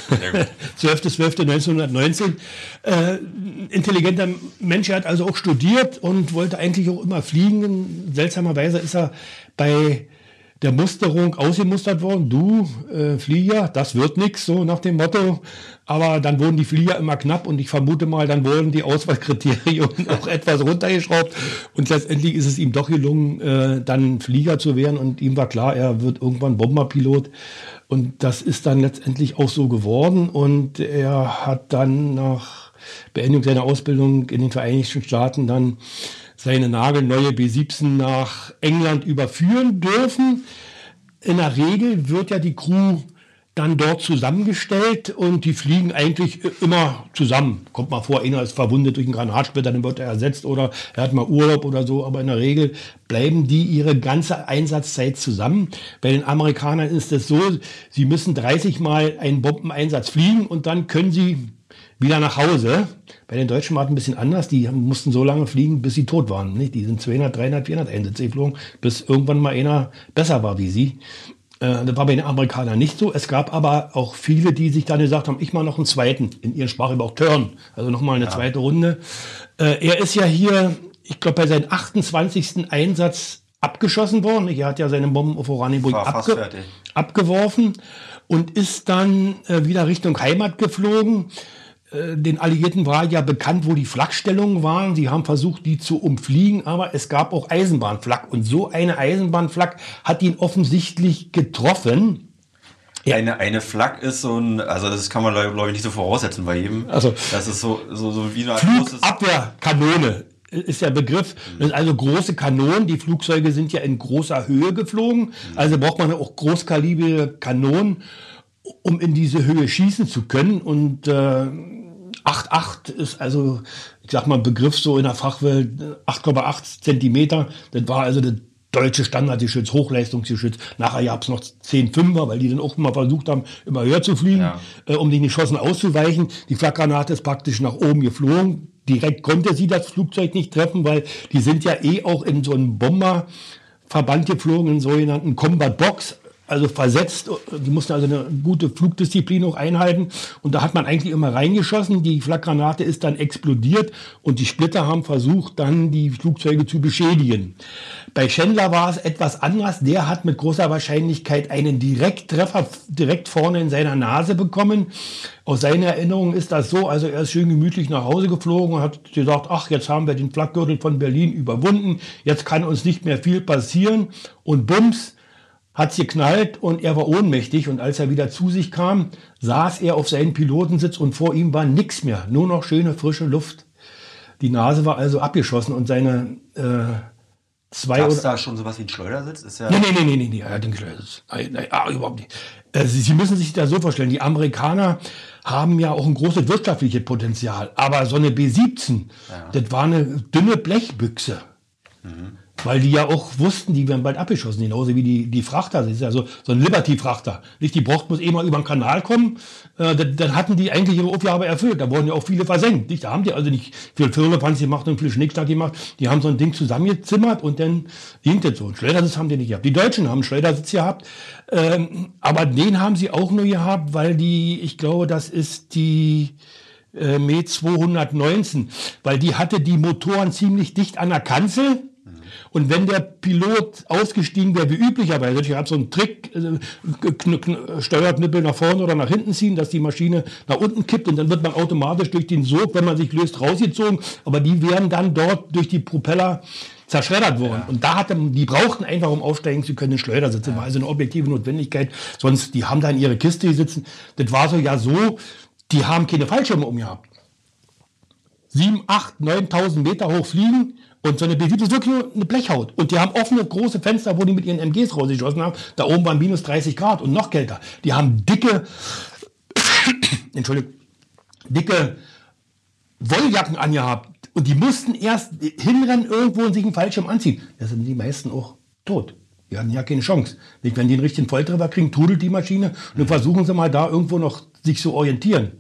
zwölfter zwölfter neunzehnhundertneunzehn. Äh, intelligenter Mensch, er hat also auch studiert und wollte eigentlich auch immer fliegen. Seltsamerweise ist er bei der Musterung ausgemustert worden. Du, äh, Flieger, das wird nichts, so nach dem Motto. Aber dann wurden die Flieger immer knapp und ich vermute mal, dann wurden die Auswahlkriterien auch etwas runtergeschraubt. Und letztendlich ist es ihm doch gelungen, äh, dann Flieger zu werden. Und ihm war klar, er wird irgendwann Bomberpilot. Und das ist dann letztendlich auch so geworden. Und er hat dann nach Beendigung seiner Ausbildung in den Vereinigten Staaten dann seine nagelneue B siebzehn nach England überführen dürfen. In der Regel wird ja die Crew dann dort zusammengestellt und die fliegen eigentlich immer zusammen. Kommt mal vor, einer ist verwundet durch einen Granatsplitter, dann wird er ersetzt oder er hat mal Urlaub oder so, aber in der Regel bleiben die ihre ganze Einsatzzeit zusammen. Bei den Amerikanern ist es so, sie müssen dreißig Mal einen Bombeneinsatz fliegen und dann können sie wieder nach Hause. Bei den Deutschen war es ein bisschen anders. Die mussten so lange fliegen, bis sie tot waren. Nicht? Die sind zweihundert, dreihundert, vierhundert Einsätze geflogen, bis irgendwann mal einer besser war wie sie. Äh, das war bei den Amerikanern nicht so. Es gab aber auch viele, die sich dann gesagt haben, ich mache noch einen zweiten. In ihren Sprache auch Turn. Also nochmal eine ja. zweite Runde. Äh, er ist ja hier, ich glaube, bei seinem achtundzwanzigsten Einsatz abgeschossen worden. Er hat ja seine Bomben auf Oranienburg abge- abgeworfen und ist dann äh, wieder Richtung Heimat geflogen. Den Alliierten war ja bekannt, wo die Flakstellungen waren. Sie haben versucht, die zu umfliegen, aber es gab auch Eisenbahnflak. Und so eine Eisenbahnflak hat ihn offensichtlich getroffen. Ja. Eine, eine Flak ist so ein, also das kann man, glaube ich, nicht so voraussetzen bei jedem. Also, das ist so, so, so wie eine Flugabwehrkanone ist der Begriff. Das sind also große Kanonen. Die Flugzeuge sind ja in großer Höhe geflogen. Also braucht man auch großkalibrige Kanonen, um in diese Höhe schießen zu können. Und äh, acht Komma acht ist also, ich sag mal, Begriff so in der Fachwelt, acht Komma acht Zentimeter. Das war also das deutsche Standardgeschütz, Hochleistungsgeschütz. Nachher gab es noch zehn Fünfer, weil die dann auch immer versucht haben, immer höher zu fliegen, ja. äh, um den Geschossen auszuweichen. Die Flakgranate ist praktisch nach oben geflogen. Direkt konnte sie das Flugzeug nicht treffen, weil die sind ja eh auch in so einen Bomberverband geflogen, in sogenannten Combat Box. Also versetzt, die mussten also eine gute Flugdisziplin auch einhalten. Und da hat man eigentlich immer reingeschossen. Die Flakgranate ist dann explodiert und die Splitter haben versucht, dann die Flugzeuge zu beschädigen. Bei Chandler war es etwas anders. Der hat mit großer Wahrscheinlichkeit einen Direkttreffer direkt vorne in seiner Nase bekommen. Aus seiner Erinnerung ist das so, also er ist schön gemütlich nach Hause geflogen und hat gesagt, ach, jetzt haben wir den Flakgürtel von Berlin überwunden, jetzt kann uns nicht mehr viel passieren. Und bums, hat's geknallt und er war ohnmächtig. Und als er wieder zu sich kam, saß er auf seinem Pilotensitz und vor ihm war nichts mehr. Nur noch schöne, frische Luft. Die Nase war also abgeschossen und seine äh, zwei... Gab's da schon sowas wie ein Schleudersitz? Ist ja nee, nee, nee, nee, nee, er hat den Schleudersitz. Nein, nein, ah, überhaupt nicht. Äh, Sie, Sie müssen sich das so vorstellen, die Amerikaner haben ja auch ein großes wirtschaftliches Potenzial. Aber so eine B siebzehn, ja. das war eine dünne Blechbüchse. Mhm. Weil die ja auch wussten, die werden bald abgeschossen, genauso wie die, die Frachter. Das ist ja so, so ein Liberty-Frachter. Nicht, die braucht muss eh mal über den Kanal kommen. Äh, dann, dann hatten die eigentlich ihre Aufgabe erfüllt. Da wurden ja auch viele versenkt. Nicht? Da haben die also nicht viel Firlefanz gemacht und viel Schnickschnack gemacht. Die haben so ein Ding zusammengezimmert und dann ging das so. Einen Schleudersitz haben die nicht gehabt. Die Deutschen haben einen Schleudersitz gehabt. Ähm, aber den haben sie auch nur gehabt, weil die, ich glaube, das ist die äh, M E zweihundertneunzehn, weil die hatte die Motoren ziemlich dicht an der Kanzel. Und wenn der Pilot ausgestiegen wäre, wie üblicherweise, ich habe so einen Trick, äh, kn- kn- Steuerknüppel nach vorne oder nach hinten ziehen, dass die Maschine nach unten kippt und dann wird man automatisch durch den Sog, wenn man sich löst, rausgezogen. Aber die wären dann dort durch die Propeller zerschreddert worden. Ja. Und da hatte, die brauchten einfach, um aufsteigen zu können, einen Schleudersitz. Das war also eine objektive Notwendigkeit. Sonst, die haben da in ihre Kiste sitzen. Das war so ja so, die haben keine Fallschirme umgehabt. Sieben, acht, neuntausend Meter hoch fliegen. Und so eine B siebzehn ist wirklich nur eine Blechhaut. Und die haben offene, große Fenster, wo die mit ihren M Gs rausgeschossen haben. Da oben waren minus dreißig Grad und noch kälter. Die haben dicke, Entschuldigung, dicke Wolljacken angehabt. Und die mussten erst hinrennen irgendwo und sich einen Fallschirm anziehen. Da sind die meisten auch tot. Die hatten ja keine Chance. Nicht, wenn die einen richtigen Volltreffer kriegen, trudelt die Maschine. Und dann versuchen sie mal da irgendwo noch sich zu orientieren.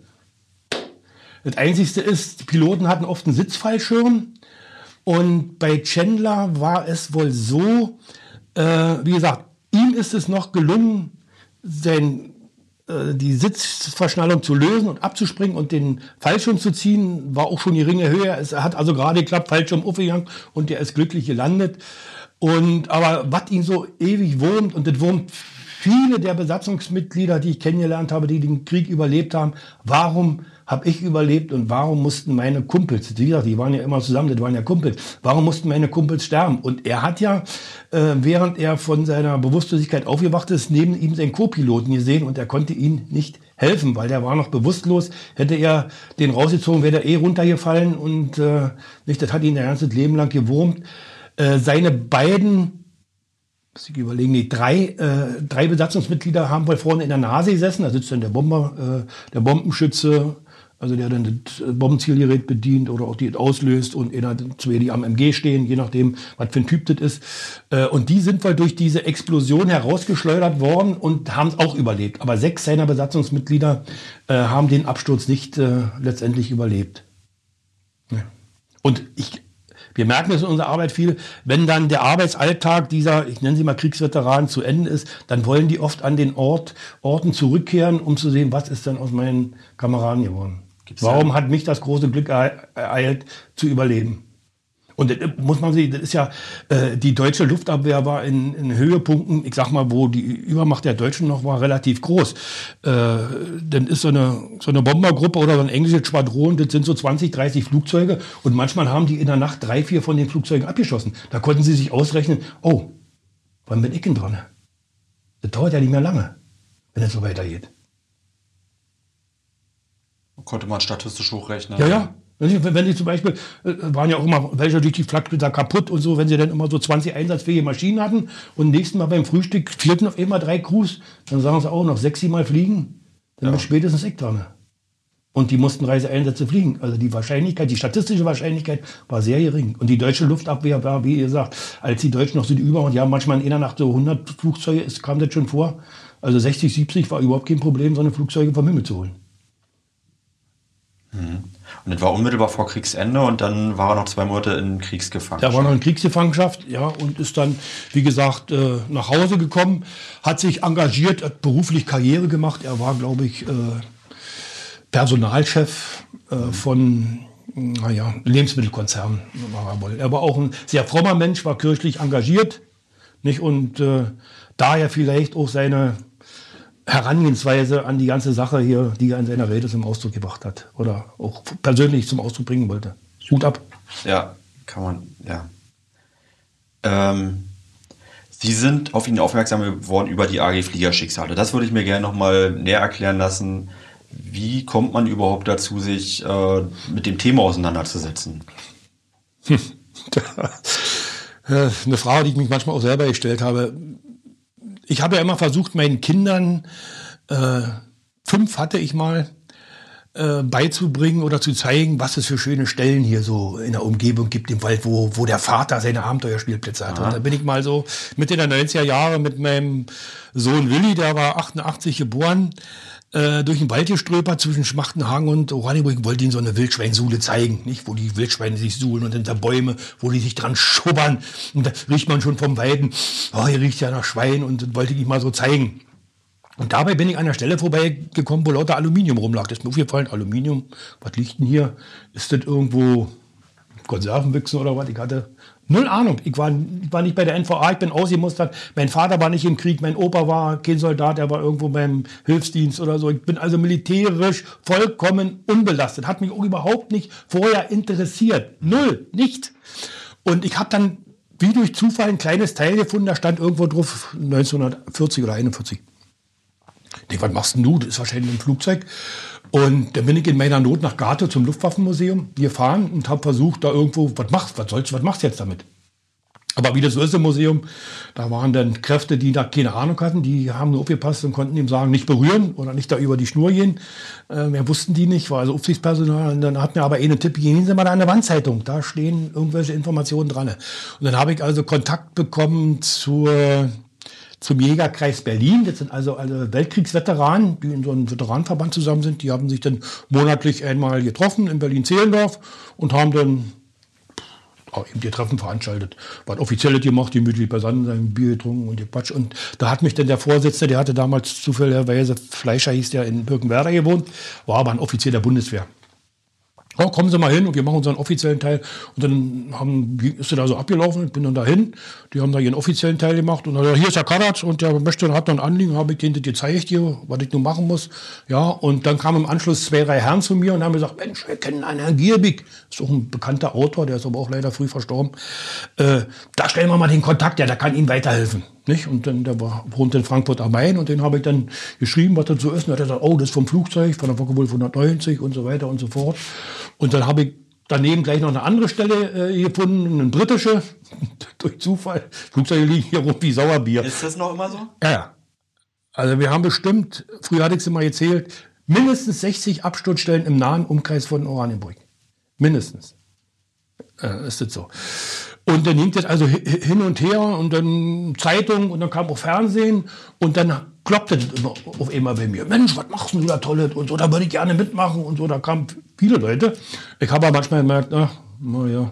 Das Einzigste ist, die Piloten hatten oft einen Sitzfallschirm. Und bei Chandler war es wohl so, äh, wie gesagt, ihm ist es noch gelungen, sein äh, die Sitzverschnallung zu lösen und abzuspringen und den Fallschirm zu ziehen, war auch schon geringe Höhe. Es hat also gerade geklappt, Fallschirm aufgegangen und der ist glücklich gelandet. Und, aber was ihn so ewig wurmt, und das wurmt viele der Besatzungsmitglieder, die ich kennengelernt habe, die den Krieg überlebt haben, warum habe ich überlebt und warum mussten meine Kumpels, wie gesagt, die waren ja immer zusammen, das waren ja Kumpels, warum mussten meine Kumpels sterben? Und er hat ja, äh, während er von seiner Bewusstlosigkeit aufgewacht ist, neben ihm seinen Co-Piloten gesehen und er konnte ihm nicht helfen, weil der war noch bewusstlos. Hätte er den rausgezogen, wäre er eh runtergefallen und äh, nicht, das hat ihn ein ganzes Leben lang gewurmt. Äh, seine beiden Ich überlegen, die drei, äh, drei Besatzungsmitglieder haben wohl vorne in der Nase gesessen. Da sitzt dann der Bomber, äh, der Bombenschütze, also der dann das Bombenzielgerät bedient oder auch die auslöst und einer, zwei, die am M G stehen, je nachdem, was für ein Typ das ist. Äh, und die sind wohl durch diese Explosion herausgeschleudert worden und haben es auch überlebt. Aber sechs seiner Besatzungsmitglieder äh, haben den Absturz nicht äh, letztendlich überlebt. Ja. Und ich Wir merken es in unserer Arbeit viel, wenn dann der Arbeitsalltag dieser, ich nenne sie mal Kriegsveteranen, zu Ende ist, dann wollen die oft an den Ort, Orten zurückkehren, um zu sehen, was ist denn aus meinen Kameraden geworden. Gibt's Warum ja? hat mich das große Glück ereilt, zu überleben? Und das muss man sehen, das ist ja, äh, die deutsche Luftabwehr war in, in Höhepunkten, ich sag mal, wo die Übermacht der Deutschen noch war, relativ groß. Äh, dann ist so eine, so eine Bombergruppe oder so ein englisches Schwadron, das sind so zwanzig, dreißig Flugzeuge und manchmal haben die in der Nacht drei, vier von den Flugzeugen abgeschossen. Da konnten sie sich ausrechnen, oh, wann bin ich denn dran? Das dauert ja nicht mehr lange, wenn es so weitergeht. Konnte man statistisch hochrechnen. Ja, ja. Wenn Sie, wenn Sie zum Beispiel, äh, waren ja auch immer welche durch die Flak da kaputt und so, wenn Sie dann immer so zwanzig einsatzfähige Maschinen hatten und nächsten Mal beim Frühstück fehlten auf einmal drei Crews, dann sagen Sie auch noch sechs, sieben Mal fliegen, dann ja. wird spätestens ich dran. Und die mussten Reiseeinsätze fliegen. Also die Wahrscheinlichkeit, die statistische Wahrscheinlichkeit war sehr gering. Und die deutsche Luftabwehr war, wie gesagt, als die Deutschen noch so die Übermacht, ja manchmal in einer Nacht so hundert Flugzeuge, es kam das schon vor. Also sechzig, siebzig war überhaupt kein Problem, so eine Flugzeuge vom Himmel zu holen. Mhm. Und das war unmittelbar vor Kriegsende und dann war er noch zwei Monate in Kriegsgefangenschaft. Er war noch in Kriegsgefangenschaft, ja, und ist dann, wie gesagt, äh, nach Hause gekommen, hat sich engagiert, hat beruflich Karriere gemacht. Er war, glaube ich, äh, Personalchef äh, mhm. von naja, Lebensmittelkonzernen. Er war auch ein sehr frommer Mensch, war kirchlich engagiert, nicht? Und äh, daher vielleicht auch seine Herangehensweise an die ganze Sache hier, die er in seiner Rede zum Ausdruck gebracht hat oder auch persönlich zum Ausdruck bringen wollte. Hut ab. Ja, kann man, ja. Ähm, Sie sind auf ihn aufmerksam geworden über die A G Fliegerschicksale. Das würde ich mir gerne nochmal näher erklären lassen. Wie kommt man überhaupt dazu, sich äh, mit dem Thema auseinanderzusetzen? Hm. Eine Frage, die ich mich manchmal auch selber gestellt habe. Ich habe ja immer versucht, meinen Kindern, äh, fünf hatte ich mal, äh, beizubringen oder zu zeigen, was es für schöne Stellen hier so in der Umgebung gibt, im Wald, wo, wo der Vater seine Abenteuerspielplätze hatte. Und da bin ich mal so Mitte der neunziger Jahre mit meinem Sohn Willi, der war achtundachtzig geboren, äh, durch den Wald geströpert zwischen Schmachtenhagen und Oranienburg. Ich wollte ihnen so eine Wildschweinsuhle zeigen, nicht? Wo die Wildschweine sich suhlen und hinter Bäume, wo die sich dran schubbern. Und da riecht man schon vom Weiden, oh, hier riecht ja nach Schwein, und das wollte ich ihm mal so zeigen. Und dabei bin ich an der Stelle vorbeigekommen, wo lauter Aluminium rumlag. Das ist mir aufgefallen, Aluminium, was liegt denn hier? Ist das irgendwo Konservenbüchsen oder was? Ich hatte null Ahnung. Ich war, ich war nicht bei der N V A, ich bin ausgemustert. Mein Vater war nicht im Krieg, mein Opa war kein Soldat, er war irgendwo beim Hilfsdienst oder so. Ich bin also militärisch vollkommen unbelastet. Hat mich auch überhaupt nicht vorher interessiert. Null, nicht. Und ich habe dann wie durch Zufall ein kleines Teil gefunden, da stand irgendwo drauf neunzehnhundertvierzig oder einundvierzig. Ich denke, was machst denn du? Das ist wahrscheinlich ein Flugzeug. Und dann bin ich in meiner Not nach Gatow zum Luftwaffenmuseum gefahren und habe versucht, da irgendwo, was machst was sollst, was machst du jetzt damit? Aber wie das so ist im Museum, da waren dann Kräfte, die da keine Ahnung hatten, die haben nur aufgepasst und konnten ihm sagen, nicht berühren oder nicht da über die Schnur gehen. Äh, mehr wussten die nicht, war also Aufsichtspersonal. Und dann hat mir aber einen Tipp gegeben, Sie mal da an der Wandzeitung, da stehen irgendwelche Informationen dran. Und dann habe ich also Kontakt bekommen zur... zum Jägerkreis Berlin. Das sind also alle Weltkriegsveteranen, die in so einem Veteranenverband zusammen sind. Die haben sich dann monatlich einmal getroffen in Berlin-Zehlendorf und haben dann auch eben die Treffen veranstaltet. Was Offizielles gemacht, gemütlich beisammen sein, Bier getrunken und Quatsch. Und da hat mich dann der Vorsitzende, der hatte damals zufälligerweise, Fleischer hieß der, in Birkenwerder gewohnt, war aber ein Offizier der Bundeswehr. Ja, kommen Sie mal hin und wir machen unseren offiziellen Teil. Und dann haben, ist er da so abgelaufen, ich bin dann dahin. Die haben da ihren offiziellen Teil gemacht. Und dann, ja, hier ist der Karat und der möchte, hat dann ein Anliegen, habe ich denen das gezeigt, hier, was ich nun machen muss. Ja, und dann kamen im Anschluss zwei, drei Herren zu mir und haben gesagt, Mensch, wir kennen einen Herrn Gierbig. Ist auch ein bekannter Autor, der ist aber auch leider früh verstorben. Äh, da stellen wir mal den Kontakt, ja, der kann Ihnen weiterhelfen. Nicht? Und dann, der war, wohnt in Frankfurt am Main und den habe ich dann geschrieben, was das so ist. Und er hat gesagt, oh, das ist vom Flugzeug, von der Focke-Wulf hundertneunzig und so weiter und so fort. Und dann habe ich daneben gleich noch eine andere Stelle äh, gefunden, eine britische, durch Zufall. Flugzeuge liegen hier rum wie Sauerbier. Ist das noch immer so? Ja, ja. Also wir haben bestimmt, früher hatte ich es immer gezählt, mindestens sechzig Absturzstellen im nahen Umkreis von Oranienburg. Mindestens. Äh, ist das so. Und dann ging das also hin und her und dann Zeitung und dann kam auch Fernsehen und dann kloppte das immer auf einmal bei mir. Mensch, was machst du da Tolles und so, da würde ich gerne mitmachen und so. Da kamen viele Leute. Ich habe aber manchmal gemerkt, ach, naja,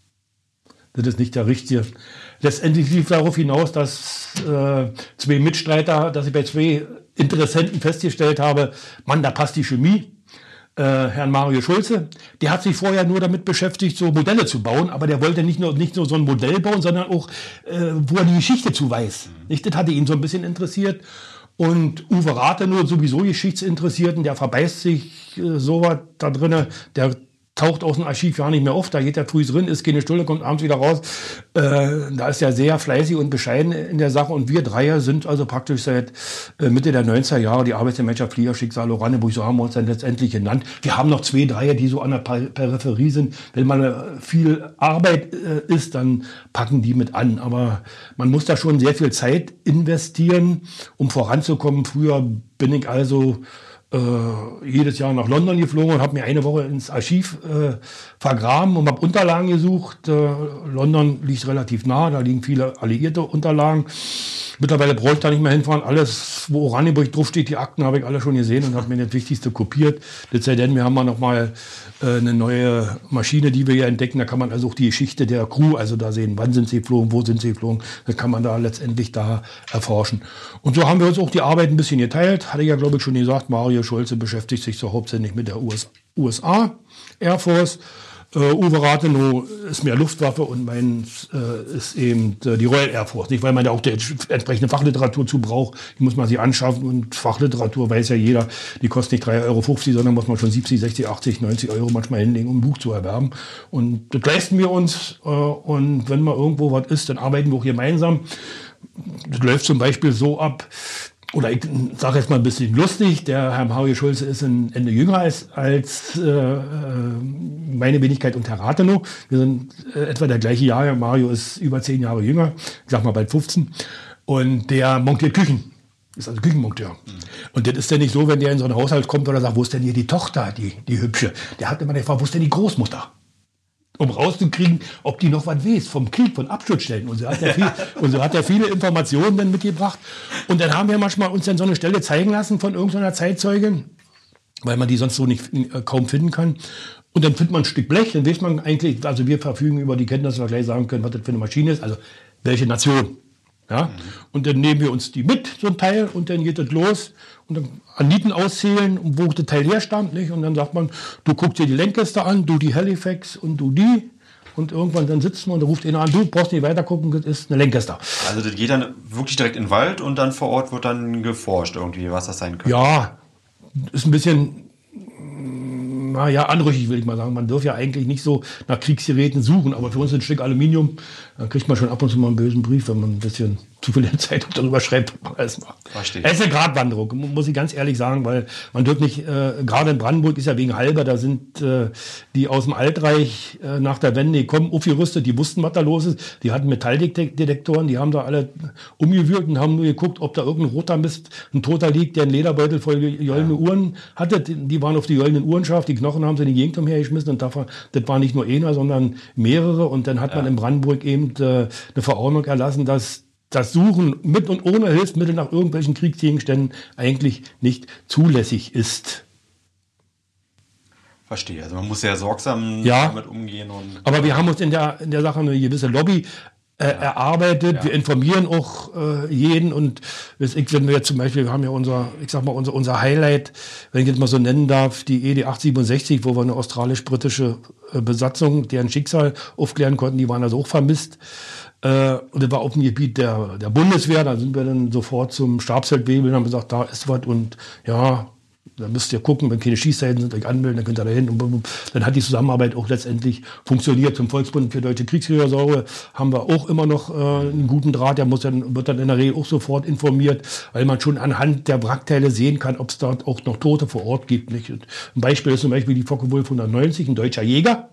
das ist nicht der Richtige. Letztendlich lief darauf hinaus, dass äh, zwei Mitstreiter, dass ich bei zwei Interessenten festgestellt habe, Mann, da passt die Chemie. Äh, Herrn Mario Schulze, der hat sich vorher nur damit beschäftigt, so Modelle zu bauen, aber der wollte nicht nur, nicht nur so ein Modell bauen, sondern auch, äh, wo er die Geschichte zu weiß. Nicht? Das hatte ihn so ein bisschen interessiert. Und Uwe Rathenow, sowieso Geschichtsinteressierten, der verbeißt sich äh, so was da drinnen, der taucht aus dem Archiv ja nicht mehr auf, da geht er früh drin, ist keine Stunde, kommt abends wieder raus. Äh, da ist er sehr fleißig und bescheiden in der Sache und wir Dreier sind also praktisch seit äh, Mitte der neunziger Jahre die Arbeitsgemeinschaft Fliegerschicksal Oranienburg, so haben wir uns dann letztendlich genannt. Wir haben noch zwei Dreier, die so an der Peripherie sind. Wenn mal viel Arbeit äh, ist, dann packen die mit an, aber man muss da schon sehr viel Zeit investieren, um voranzukommen. Früher bin ich also Äh, jedes Jahr nach London geflogen und habe mir eine Woche ins Archiv äh, vergraben und habe Unterlagen gesucht. Äh, London liegt relativ nah, da liegen viele alliierte Unterlagen. Mittlerweile brauche ich da nicht mehr hinfahren. Alles, wo Oranienburg draufsteht, die Akten habe ich alle schon gesehen und habe mir das Wichtigste kopiert. Das sei denn, wir haben mal noch mal äh, eine neue Maschine, die wir hier entdecken. Da kann man also auch die Geschichte der Crew, also da sehen, wann sind sie geflogen, wo sind sie geflogen. Das kann man da letztendlich da erforschen. Und so haben wir uns auch die Arbeit ein bisschen geteilt. Hatte ich ja, glaube ich, schon gesagt, Mario Schulze beschäftigt sich so hauptsächlich mit der U S A Air Force. Uh, Uwe Rathenow ist mehr Luftwaffe und meins äh, ist eben äh, die Royal Air Force. Nicht, weil man da auch die entsprechende Fachliteratur zu braucht. Die muss man sich anschaffen und Fachliteratur weiß ja jeder, die kostet nicht drei Euro fünfzig, sondern muss man schon siebzig, sechzig, achtzig, neunzig Euro manchmal hinlegen, um ein Buch zu erwerben. Und das leisten wir uns äh, und wenn mal irgendwo was ist, dann arbeiten wir auch gemeinsam. Das läuft zum Beispiel so ab, oder ich sage jetzt mal ein bisschen lustig, der Herr Mario Schulze ist ein Ende jünger als, als äh, meine Wenigkeit und Herr Rathenow. Wir sind äh, etwa der gleiche Jahr. Mario ist über zehn Jahre jünger, ich sag mal bald fünfzehn. Und der montiert Küchen, ist also Küchenmonteur. Mhm. Und das ist ja nicht so, wenn der in so einen Haushalt kommt oder sagt, wo ist denn hier die Tochter, die, die hübsche? Der hat immer gefragt, wo ist denn die Großmutter? Um rauszukriegen, ob die noch was weiß vom Krieg, von Absturzstellen. Und so hat er viel, und so hat er viele Informationen dann mitgebracht. Und dann haben wir manchmal uns dann so eine Stelle zeigen lassen von irgendeiner Zeitzeugin, weil man die sonst so nicht äh, kaum finden kann. Und dann findet man ein Stück Blech, dann weiß man eigentlich, also wir verfügen über die Kenntnis, dass wir gleich sagen können, was das für eine Maschine ist, also welche Nation. Ja? Mhm. Und dann nehmen wir uns die mit, so ein Teil, und dann geht das los. Und dann Aniten auszählen, wo der Teil herstammt. Nicht? Und dann sagt man, du guckst dir die Lancaster an, du die Halifax und du die. Und irgendwann dann sitzt man und da ruft einer an, du brauchst nicht weiter gucken, das ist eine Lancaster. Also das geht dann wirklich direkt in den Wald und dann vor Ort wird dann geforscht irgendwie, was das sein könnte. Ja, ist ein bisschen, naja, anrüchig will ich mal sagen. Man darf ja eigentlich nicht so nach Kriegsgeräten suchen, aber für uns ein Stück Aluminium, da kriegt man schon ab und zu mal einen bösen Brief, wenn man ein bisschen zu viel in der Zeitung darüber schreibt, was man alles macht. Verstehe. Es ist eine Gratwanderung, muss ich ganz ehrlich sagen, weil man dürft nicht, äh, gerade in Brandenburg ist ja wegen halber, da sind äh, die aus dem Altreich äh, nach der Wende gekommen, aufgerüstet, die wussten, was da los ist, die hatten Metalldetektoren, die haben da alle umgewürgt und haben nur geguckt, ob da irgendein roter Mist, ein Toter liegt, der einen Lederbeutel voll goldene ja. Uhren hatte, die waren auf die goldenen Uhren scharf, die Knochen haben sie in die Gegend umhergeschmissen und davon, das war nicht nur einer, sondern mehrere und dann hat ja. man in Brandenburg eben äh, eine Verordnung erlassen, dass das Suchen mit und ohne Hilfsmittel nach irgendwelchen Kriegsgegenständen eigentlich nicht zulässig ist. Verstehe. Also man muss sehr sorgsam ja, damit umgehen. Und aber wir haben uns in der, in der Sache eine gewisse Lobby äh, ja. erarbeitet. Ja. Wir informieren auch äh, jeden. Und wenn wir jetzt zum Beispiel, wir haben ja unser, ich sag mal, unser, unser Highlight, wenn ich jetzt mal so nennen darf, die E D acht siebenundsechzig, wo wir eine australisch-britische äh, Besatzung, deren Schicksal aufklären konnten. Die waren also auch vermisst. Äh, und das war auf dem Gebiet der, der Bundeswehr. Da sind wir dann sofort zum Stabsfeldwebel und haben gesagt, da ist was. Und ja, da müsst ihr gucken, wenn keine Schießzeiten sind, euch anmelden, dann könnt ihr da hin. Und dann hat die Zusammenarbeit auch letztendlich funktioniert. Zum Volksbund für deutsche Kriegsfürsorge haben wir auch immer noch äh, einen guten Draht. Der muss dann, wird dann in der Regel auch sofort informiert, weil man schon anhand der Wrackteile sehen kann, ob es dort auch noch Tote vor Ort gibt. Nicht? Und ein Beispiel ist zum Beispiel die Focke-Wulf hundertneunzig, ein deutscher Jäger.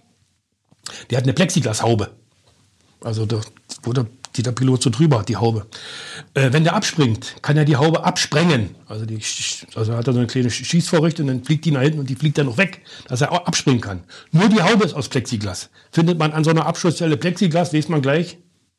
Der hat eine Plexiglashaube. Also da wurde der Pilot so drüber hat, die Haube. Äh, wenn der abspringt, kann er die Haube absprengen. Also, die, also hat er so eine kleine Schießvorrichtung und dann fliegt die nach hinten und die fliegt dann noch weg, dass er auch abspringen kann. Nur die Haube ist aus Plexiglas. Findet man an so einer Abschussstelle Plexiglas, weiß man gleich,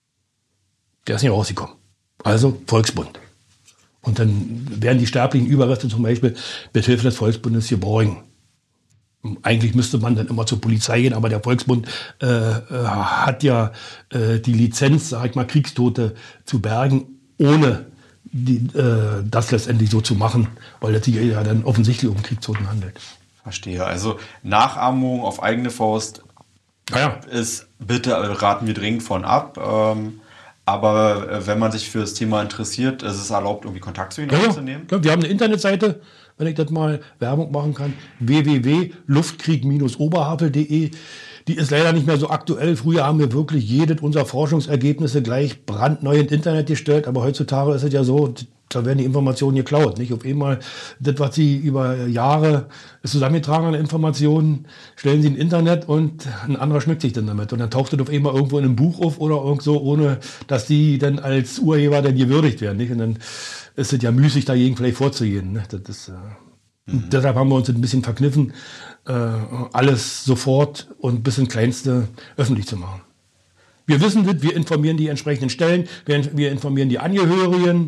der ist nicht rausgekommen. Also Volksbund. Und dann werden die sterblichen Überreste zum Beispiel mit Hilfe des Volksbundes geborgen. Eigentlich müsste man dann immer zur Polizei gehen, aber der Volksbund äh, äh, hat ja äh, die Lizenz, sag ich mal, Kriegstote zu bergen, ohne die, äh, das letztendlich so zu machen, weil es sich ja dann offensichtlich um Kriegstoten handelt. Verstehe. Also Nachahmung auf eigene Faust ja, ja. ist, bitte raten wir dringend von ab. Ähm, aber äh, wenn man sich für das Thema interessiert, ist es erlaubt, irgendwie Kontakt zu Ihnen ja, aufzunehmen? Ja. Wir haben eine Internetseite, wenn ich das mal Werbung machen kann, w w w punkt luftkrieg Bindestrich oberhavel punkt de. Die ist leider nicht mehr so aktuell. Früher haben wir wirklich jedes unserer Forschungsergebnisse gleich brandneu ins Internet gestellt, aber heutzutage ist es ja so, da werden die Informationen geklaut. Nicht? Auf einmal, das, was Sie über Jahre zusammengetragen an Informationen, stellen Sie ins Internet und ein anderer schmückt sich dann damit. Und dann taucht das auf einmal irgendwo in einem Buch auf oder irgend so, ohne dass die dann als Urheber dann gewürdigt werden. Nicht? Und dann ist es ja müßig, dagegen vielleicht vorzugehen. Ne? Das ist, äh, mhm. Deshalb haben wir uns ein bisschen verkniffen, äh, alles sofort und bis ins Kleinste öffentlich zu machen. Wir wissen das, wir informieren die entsprechenden Stellen, wir, wir informieren die Angehörigen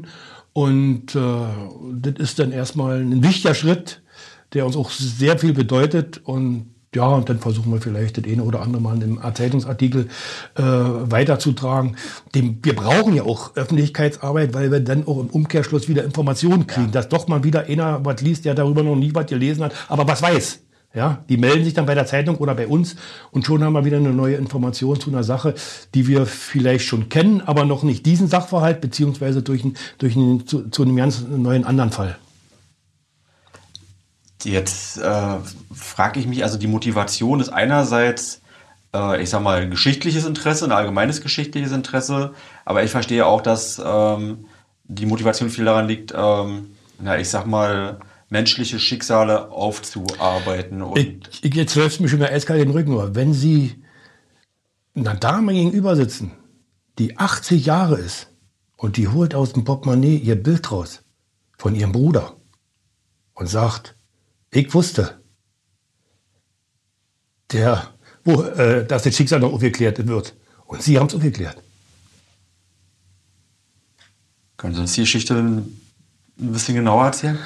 und äh, das ist dann erstmal ein wichtiger Schritt, der uns auch sehr viel bedeutet und ja, und dann versuchen wir vielleicht das eine oder andere mal in einem Zeitungsartikel äh, weiterzutragen. Dem, wir brauchen ja auch Öffentlichkeitsarbeit, weil wir dann auch im Umkehrschluss wieder Informationen kriegen, ja. Dass doch mal wieder einer was liest, der darüber noch nie was gelesen hat, aber was weiß. Ja, die melden sich dann bei der Zeitung oder bei uns und schon haben wir wieder eine neue Information zu einer Sache, die wir vielleicht schon kennen, aber noch nicht diesen Sachverhalt, beziehungsweise durch, ein, durch ein, zu, zu einem ganz neuen anderen Fall. Jetzt äh, frage ich mich, also die Motivation ist einerseits, äh, ich sag mal, ein geschichtliches Interesse, ein allgemeines geschichtliches Interesse, aber ich verstehe auch, dass ähm, die Motivation viel daran liegt, ähm, na, ich sag mal, menschliche Schicksale aufzuarbeiten. Und ich, ich, jetzt läuft mir schon mal eiskalt den Rücken, aber wenn Sie einer Dame gegenüber sitzen, die achtzig Jahre ist und die holt aus dem Portemonnaie ihr Bild raus von ihrem Bruder und sagt, ich wusste, der, wo, äh, dass das Schicksal noch aufgeklärt wird. Und Sie haben es aufgeklärt. Können Sie uns die Geschichte ein bisschen genauer erzählen?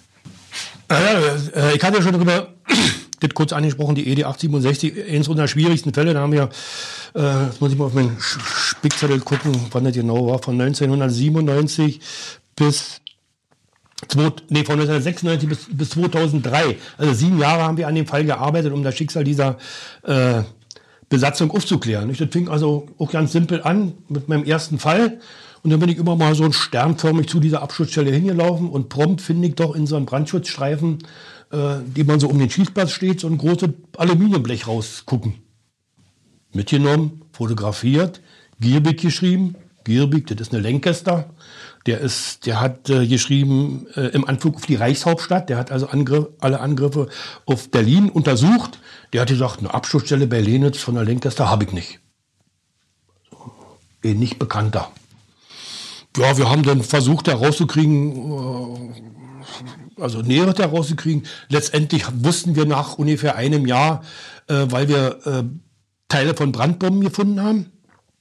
Äh, ich hatte ja schon darüber das kurz angesprochen, die E D acht siebenundsechzig, eines unserer schwierigsten Fälle. Da haben wir, äh, jetzt muss ich mal auf meinen Spickzettel gucken, wann das genau war, von neunzehnhundertsiebenundneunzig bis, zwei, nee, von neunzehnhundertsechsundneunzig bis, bis zweitausenddrei. Also sieben Jahre haben wir an dem Fall gearbeitet, um das Schicksal dieser äh, Besatzung aufzuklären. Das fing also auch ganz simpel an mit meinem ersten Fall. Und dann bin ich immer mal so ein sternförmig zu dieser Abschussstelle hingelaufen und prompt finde ich doch in so einem Brandschutzstreifen, äh, die man so um den Schießplatz steht, so ein großes Aluminiumblech rausgucken. Mitgenommen, fotografiert, Gierbig geschrieben. Gierbig, das ist eine Lancaster. Der, ist, der hat äh, geschrieben äh, im Anflug auf die Reichshauptstadt. Der hat also Angriff, alle Angriffe auf Berlin untersucht. Der hat gesagt, eine Abschussstelle bei Lenitz von der Lancaster habe ich nicht. So, ein nicht bekannter. Ja, wir haben dann versucht herauszukriegen, also Näheres herauszukriegen. Letztendlich wussten wir nach ungefähr einem Jahr, äh, weil wir äh, Teile von Brandbomben gefunden haben,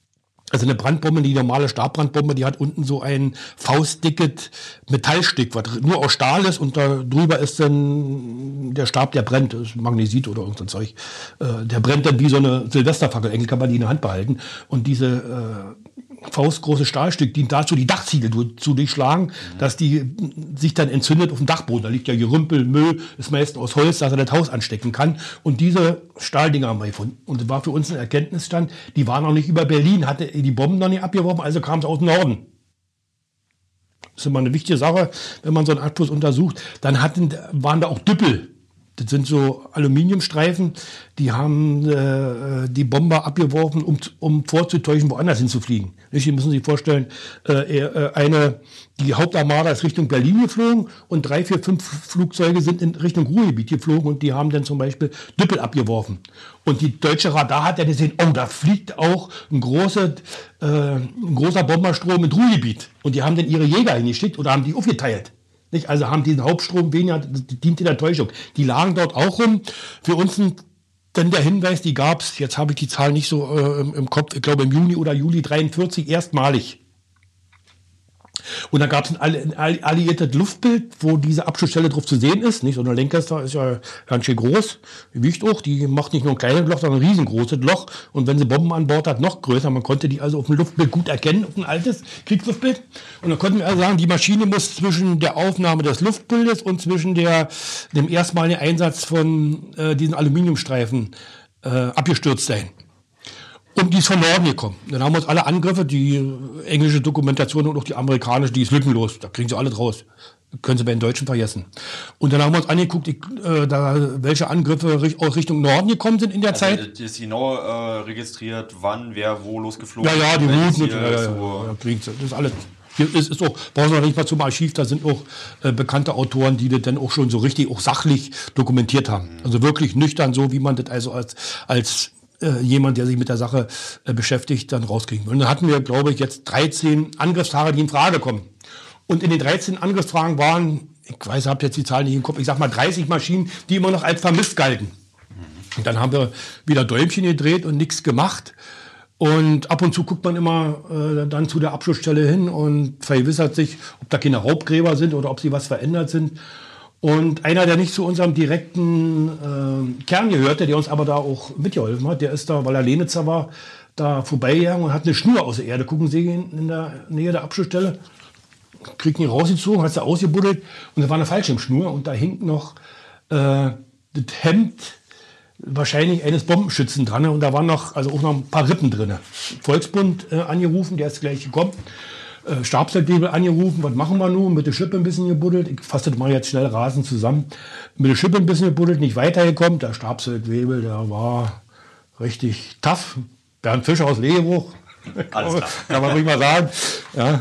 Also eine Brandbombe, die normale Stabbrandbombe, die hat unten so ein faustdickes Metallstück, was nur aus Stahl ist und da drüber ist dann der Stab, der brennt, das ist Magnesit oder irgendein Zeug. Äh, der brennt dann wie so eine Silvesterfackel, eigentlich kann man die in der Hand behalten. Und diese äh, faustgroße Stahlstück dient dazu, die Dachziegel du, zu durchschlagen, mhm. dass die sich dann entzündet auf dem Dachboden. Da liegt ja Gerümpel, Müll, ist meistens aus Holz, dass er das Haus anstecken kann. Und diese Stahldinger haben wir gefunden. Und das war für uns ein Erkenntnisstand, die waren noch nicht über Berlin, hatte die Bomben noch nicht abgeworfen, also kam es aus dem Norden. Das ist immer eine wichtige Sache, wenn man so einen Abschluss untersucht. Dann hatten, waren da auch Düppel. Das sind so Aluminiumstreifen, die haben äh, die Bomber abgeworfen, um, um vorzutäuschen, woanders hinzufliegen. Sie müssen sich vorstellen, äh, eine, die Hauptarmada ist Richtung Berlin geflogen und drei, vier, fünf Flugzeuge sind in Richtung Ruhrgebiet geflogen und die haben dann zum Beispiel Düppel abgeworfen. Und die deutsche Radar hat ja gesehen, oh, da fliegt auch ein, große, äh, ein großer Bomberstrom in Ruhrgebiet. Und die haben dann ihre Jäger hingeschickt oder haben die aufgeteilt. Nicht? Also haben diesen Hauptstrom weniger, das dient in der Täuschung. Die lagen dort auch rum. Für uns ein, dann der Hinweis, die gab es, jetzt habe ich die Zahl nicht so äh, im, im Kopf, ich glaube im Juni oder Juli dreiundvierzig erstmalig. Und da gab es ein alliiertes Luftbild, wo diese Abschussstelle drauf zu sehen ist. Nicht? So eine Lancaster ist ja ganz schön groß, die wiegt auch, die macht nicht nur ein kleines Loch, sondern ein riesengroßes Loch. Und wenn sie Bomben an Bord hat, noch größer. Man konnte die also auf dem Luftbild gut erkennen, auf ein altes Kriegsluftbild. Und dann konnten wir also sagen, die Maschine muss zwischen der Aufnahme des Luftbildes und zwischen der, dem erstmaligen Einsatz von äh, diesen Aluminiumstreifen äh, abgestürzt sein. Und die ist von Norden gekommen. Dann haben wir uns alle Angriffe, die englische Dokumentation und auch die amerikanische, die ist lückenlos. Da kriegen sie alles raus. Können sie bei den Deutschen vergessen. Und dann haben wir uns angeguckt, die, äh, da, welche Angriffe aus Richtung Norden gekommen sind in der also Zeit. Das ist genau äh, registriert, wann, wer, wo losgeflogen ist. Ja, ja, die Routen. Ja, ja, so ja, kriegen sie. Das ist alles. Hier ist, ist auch, brauchen wir nicht mal zum Archiv, da sind auch äh, bekannte Autoren, die das dann auch schon so richtig, auch sachlich dokumentiert haben. Mhm. Also wirklich nüchtern, so wie man das also als, als Äh, jemand, der sich mit der Sache äh, beschäftigt, dann rauskriegen will. Und dann hatten wir, glaube ich, jetzt dreizehn Angriffstage, die in Frage kommen. Und in den dreizehn Angriffstagen waren, ich weiß, ich habe jetzt die Zahl nicht im Kopf, ich sag mal dreißig Maschinen, die immer noch als vermisst galten. Und dann haben wir wieder Däumchen gedreht und nichts gemacht. Und ab und zu guckt man immer äh, dann zu der Abschussstelle hin und vergewissert sich, ob da keine Raubgräber sind oder ob sie was verändert sind. Und einer, der nicht zu unserem direkten äh, Kern gehörte, der uns aber da auch mitgeholfen hat, der ist da, weil er Lenitzer war, da vorbeigegangen und hat eine Schnur aus der Erde gucken sehen in der Nähe der Abschussstelle. Kriegt ihn rausgezogen, hat sie ausgebuddelt und da war eine Fallschirmschnur und da hing noch äh, das Hemd wahrscheinlich eines Bombenschützen dran und da waren noch, also auch noch ein paar Rippen drin. Volksbund äh, angerufen, der ist gleich gekommen. Stabsfeldwebel angerufen, was machen wir nun? Mit der Schippe ein bisschen gebuddelt. Ich fasse das mal jetzt schnell rasend zusammen. Mit der Schippe ein bisschen gebuddelt, nicht weitergekommen. Der Stabsfeldwebel, der war richtig tough. Bernd Fischer aus Legebruch. Alles klar. Kann man ruhig mal sagen. Ja.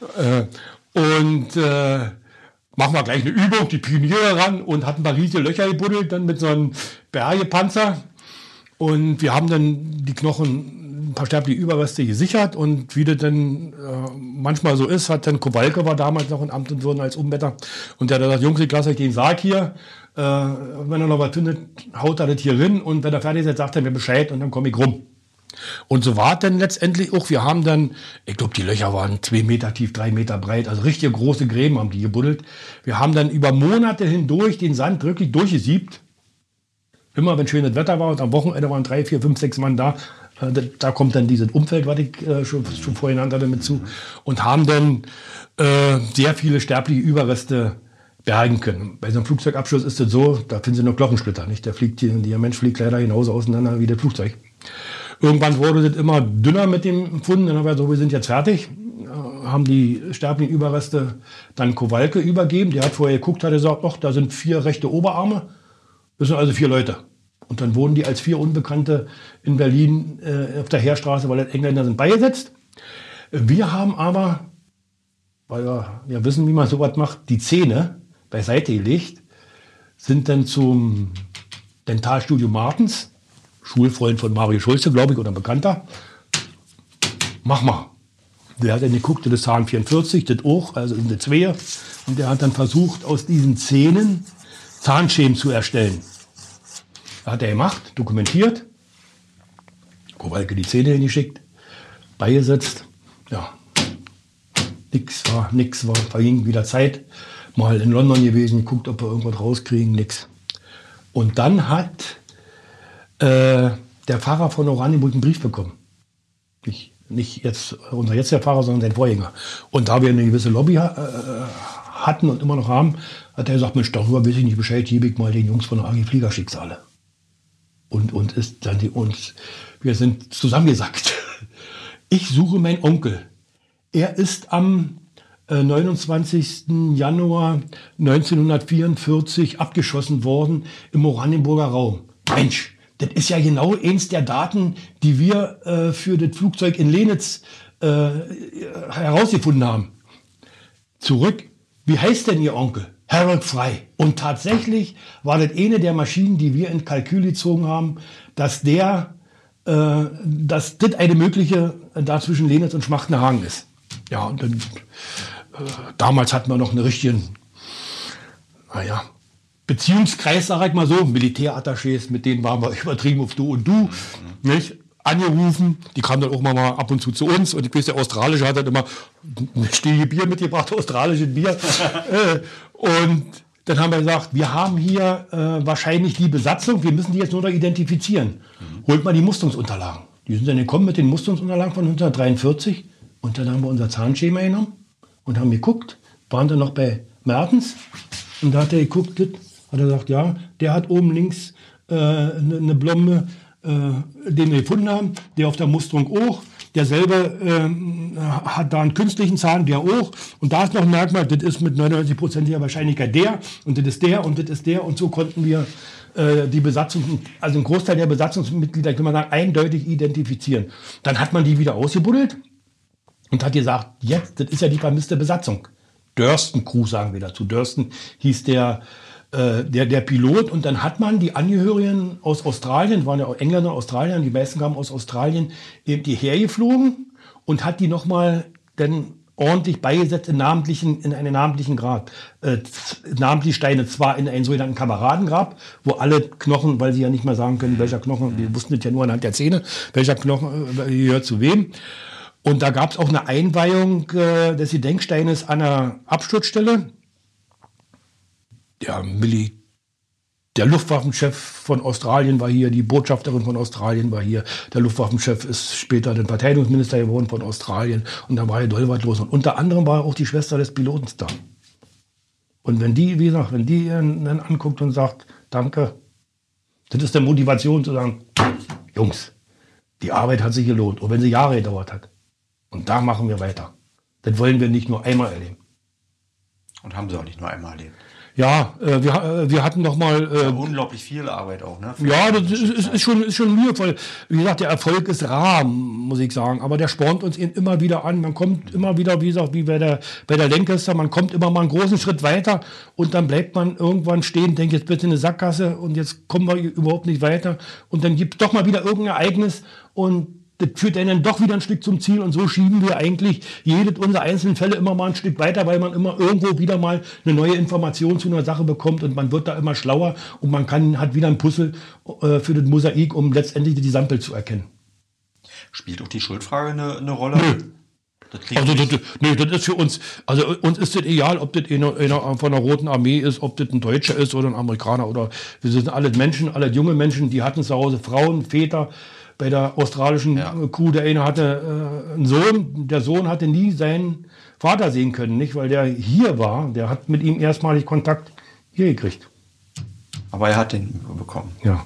Und äh, machen wir gleich eine Übung, die Pioniere ran und hatten ein paar riesige Löcher gebuddelt, dann mit so einem Bergepanzer. Und wir haben dann die Knochen, ein paar sterbliche Überreste gesichert und wie das dann äh, manchmal so ist, hat dann Kowalke war damals noch in Amt und Würden als Umwetter und der hat gesagt, Jungs, ich lasse euch den Sarg hier, äh, wenn er noch was findet, haut er das hier rein und wenn er fertig ist, sagt er mir Bescheid und dann komme ich rum. Und so war es dann letztendlich auch, wir haben dann, ich glaube die Löcher waren zwei Meter tief, drei Meter breit, also richtige große Gräben haben die gebuddelt. Wir haben dann über Monate hindurch den Sand wirklich durchgesiebt. Immer wenn schönes Wetter war und am Wochenende waren drei, vier, fünf, sechs Mann da, da kommt dann dieses Umfeld, was ich äh, schon, schon vorhin nannte, damit zu. Und haben dann äh, sehr viele sterbliche Überreste bergen können. Bei so einem Flugzeugabschuss ist es so, da finden Sie nur Knochensplitter. Nicht? Der, fliegt, der Mensch fliegt leider genauso auseinander wie das Flugzeug. Irgendwann wurde das immer dünner mit dem Fund. Dann haben wir so, wir sind jetzt fertig. Haben die sterblichen Überreste dann Kowalke übergeben. Der hat vorher geguckt, hat gesagt, ach, da sind vier rechte Oberarme. Das sind also vier Leute. Und dann wurden die als vier Unbekannte in Berlin äh, auf der Heerstraße, weil Engländer sind, beigesetzt. Wir haben aber, weil wir ja wissen, wie man sowas macht, die Zähne beiseite gelegt, sind dann zum Dentalstudio Martens, Schulfreund von Mario Schulze, glaube ich, oder ein Bekannter. Mach mal. Der hat dann geguckt, das ist Zahn vierundvierzig, das auch, also in der Zwehe. Und der hat dann versucht, aus diesen Zähnen Zahnschemen zu erstellen. Hat er gemacht, dokumentiert. Kowalke die Zähne hingeschickt. beigesetzt. Ja, nix war, nix war, verging wieder Zeit. Mal in London gewesen, geguckt, ob wir irgendwas rauskriegen, nix. Und dann hat äh, der Pfarrer von Oranienburg einen Brief bekommen. Nicht, nicht jetzt unser jetziger Pfarrer, sondern sein Vorgänger. Und da wir eine gewisse Lobby äh, hatten und immer noch haben, hat er gesagt, Mensch, darüber weiß ich nicht Bescheid, gebe ich mal den Jungs von der A G Fliegerschicksale. Und, und ist dann die uns, wir sind zusammengesackt. Ich suche meinen Onkel. Er ist am äh, neunundzwanzigsten Januar neunzehnhundertvierundvierzig abgeschossen worden im Oranienburger Raum. Mensch, das ist ja genau eins der Daten, die wir äh, für das Flugzeug in Lenitz äh, herausgefunden haben. Zurück, wie heißt denn Ihr Onkel? Harold Fry. Und tatsächlich war das eine der Maschinen, die wir in Kalkül gezogen haben, dass der, äh, dass das eine mögliche äh, da zwischen Lenitz und Schmachtenhagen ist. Ja, und dann, äh, damals hatten wir noch einen richtigen, naja, Beziehungskreis, sag ich mal so, Militärattachés, mit denen waren wir übertrieben auf Du und Du, mhm. nicht? Angerufen, die kamen dann auch mal ab und zu zu uns und ich weiß, der Australische hat dann immer eine Stege Bier mitgebracht, australisches Bier. äh, und dann haben wir gesagt, wir haben hier äh, wahrscheinlich die Besatzung, wir müssen die jetzt nur noch identifizieren. Mhm. Holt mal die Musterungsunterlagen. Die sind dann gekommen mit den Musterungsunterlagen von neunzehnhundertdreiundvierzig und dann haben wir unser Zahnschema genommen und haben geguckt, waren dann noch bei Mertens und da hat er geguckt, hat er gesagt, ja, der hat oben links eine äh, ne Blombe, den wir gefunden haben, der auf der Musterung auch, der selber äh, hat da einen künstlichen Zahn, der auch, und da ist noch ein Merkmal, das ist mit neunundneunzig prozentiger Wahrscheinlichkeit der, und das ist der, und das ist der, und so konnten wir äh, die Besatzung, also einen Großteil der Besatzungsmitglieder, kann man sagen, eindeutig identifizieren. Dann hat man die wieder ausgebuddelt und hat gesagt, jetzt, das ist ja die vermisste Besatzung. Durston Crew sagen wir dazu. Durston hieß der Der, der Pilot, und dann hat man die Angehörigen aus Australien, waren ja auch Engländer, Australier, die meisten kamen aus Australien, eben die hergeflogen und hat die nochmal dann ordentlich beigesetzt in, namentlichen, in einen namentlichen Grab. Äh, namentlich Steine, zwar in einen sogenannten Kameradengrab, wo alle Knochen, weil sie ja nicht mehr sagen können, welcher Knochen, wir wussten es ja nur anhand der Zähne, welcher Knochen äh, gehört zu wem. Und da gab es auch eine Einweihung äh, des Gedenksteines an der Absturzstelle. Der, Mili- der Luftwaffenchef von Australien war hier, die Botschafterin von Australien war hier, der Luftwaffenchef ist später der Verteidigungsminister geworden von Australien und dann war hier doll was los. Und unter anderem war auch die Schwester des Piloten da. Und wenn die, wie gesagt, wenn die ihn dann anguckt und sagt, danke, das ist der Motivation zu sagen, Jungs, die Arbeit hat sich gelohnt, auch wenn sie Jahre gedauert hat. Und da machen wir weiter. Das wollen wir nicht nur einmal erleben. Und haben sie auch nicht nur einmal erlebt. Ja, äh, wir, äh, wir hatten noch mal äh, ja, unglaublich viel Arbeit auch, ne? Ja, das ist, ist, ist schon, ist schon mühevoll. Wie gesagt, der Erfolg ist rar, muss ich sagen. Aber der spornt uns eben immer wieder an. Man kommt immer wieder, wie gesagt, wie bei der, bei der Lancaster, man kommt immer mal einen großen Schritt weiter und dann bleibt man irgendwann stehen, denkt jetzt bitte in eine Sackgasse und jetzt kommen wir überhaupt nicht weiter. Und dann gibt es doch mal wieder irgendein Ereignis und das führt einen dann doch wieder ein Stück zum Ziel, und so schieben wir eigentlich jede unserer einzelnen Fälle immer mal ein Stück weiter, weil man immer irgendwo wieder mal eine neue Information zu einer Sache bekommt und man wird da immer schlauer und man kann, hat wieder ein Puzzle äh, für das Mosaik, um letztendlich die Sample zu erkennen. Spielt auch die Schuldfrage eine, eine Rolle? Nö. Das also das, das, nee, das ist für uns, also uns ist das egal, ob das einer, einer von der Roten Armee ist, ob das ein Deutscher ist oder ein Amerikaner, oder wir sind alle Menschen, alle junge Menschen, die hatten zu Hause Frauen, Väter. Bei der australischen ja. Crew, der eine hatte äh, einen Sohn, der Sohn hatte nie seinen Vater sehen können, nicht, weil der hier war, der hat mit ihm erstmalig Kontakt hier gekriegt. Aber er hat den bekommen. Ja.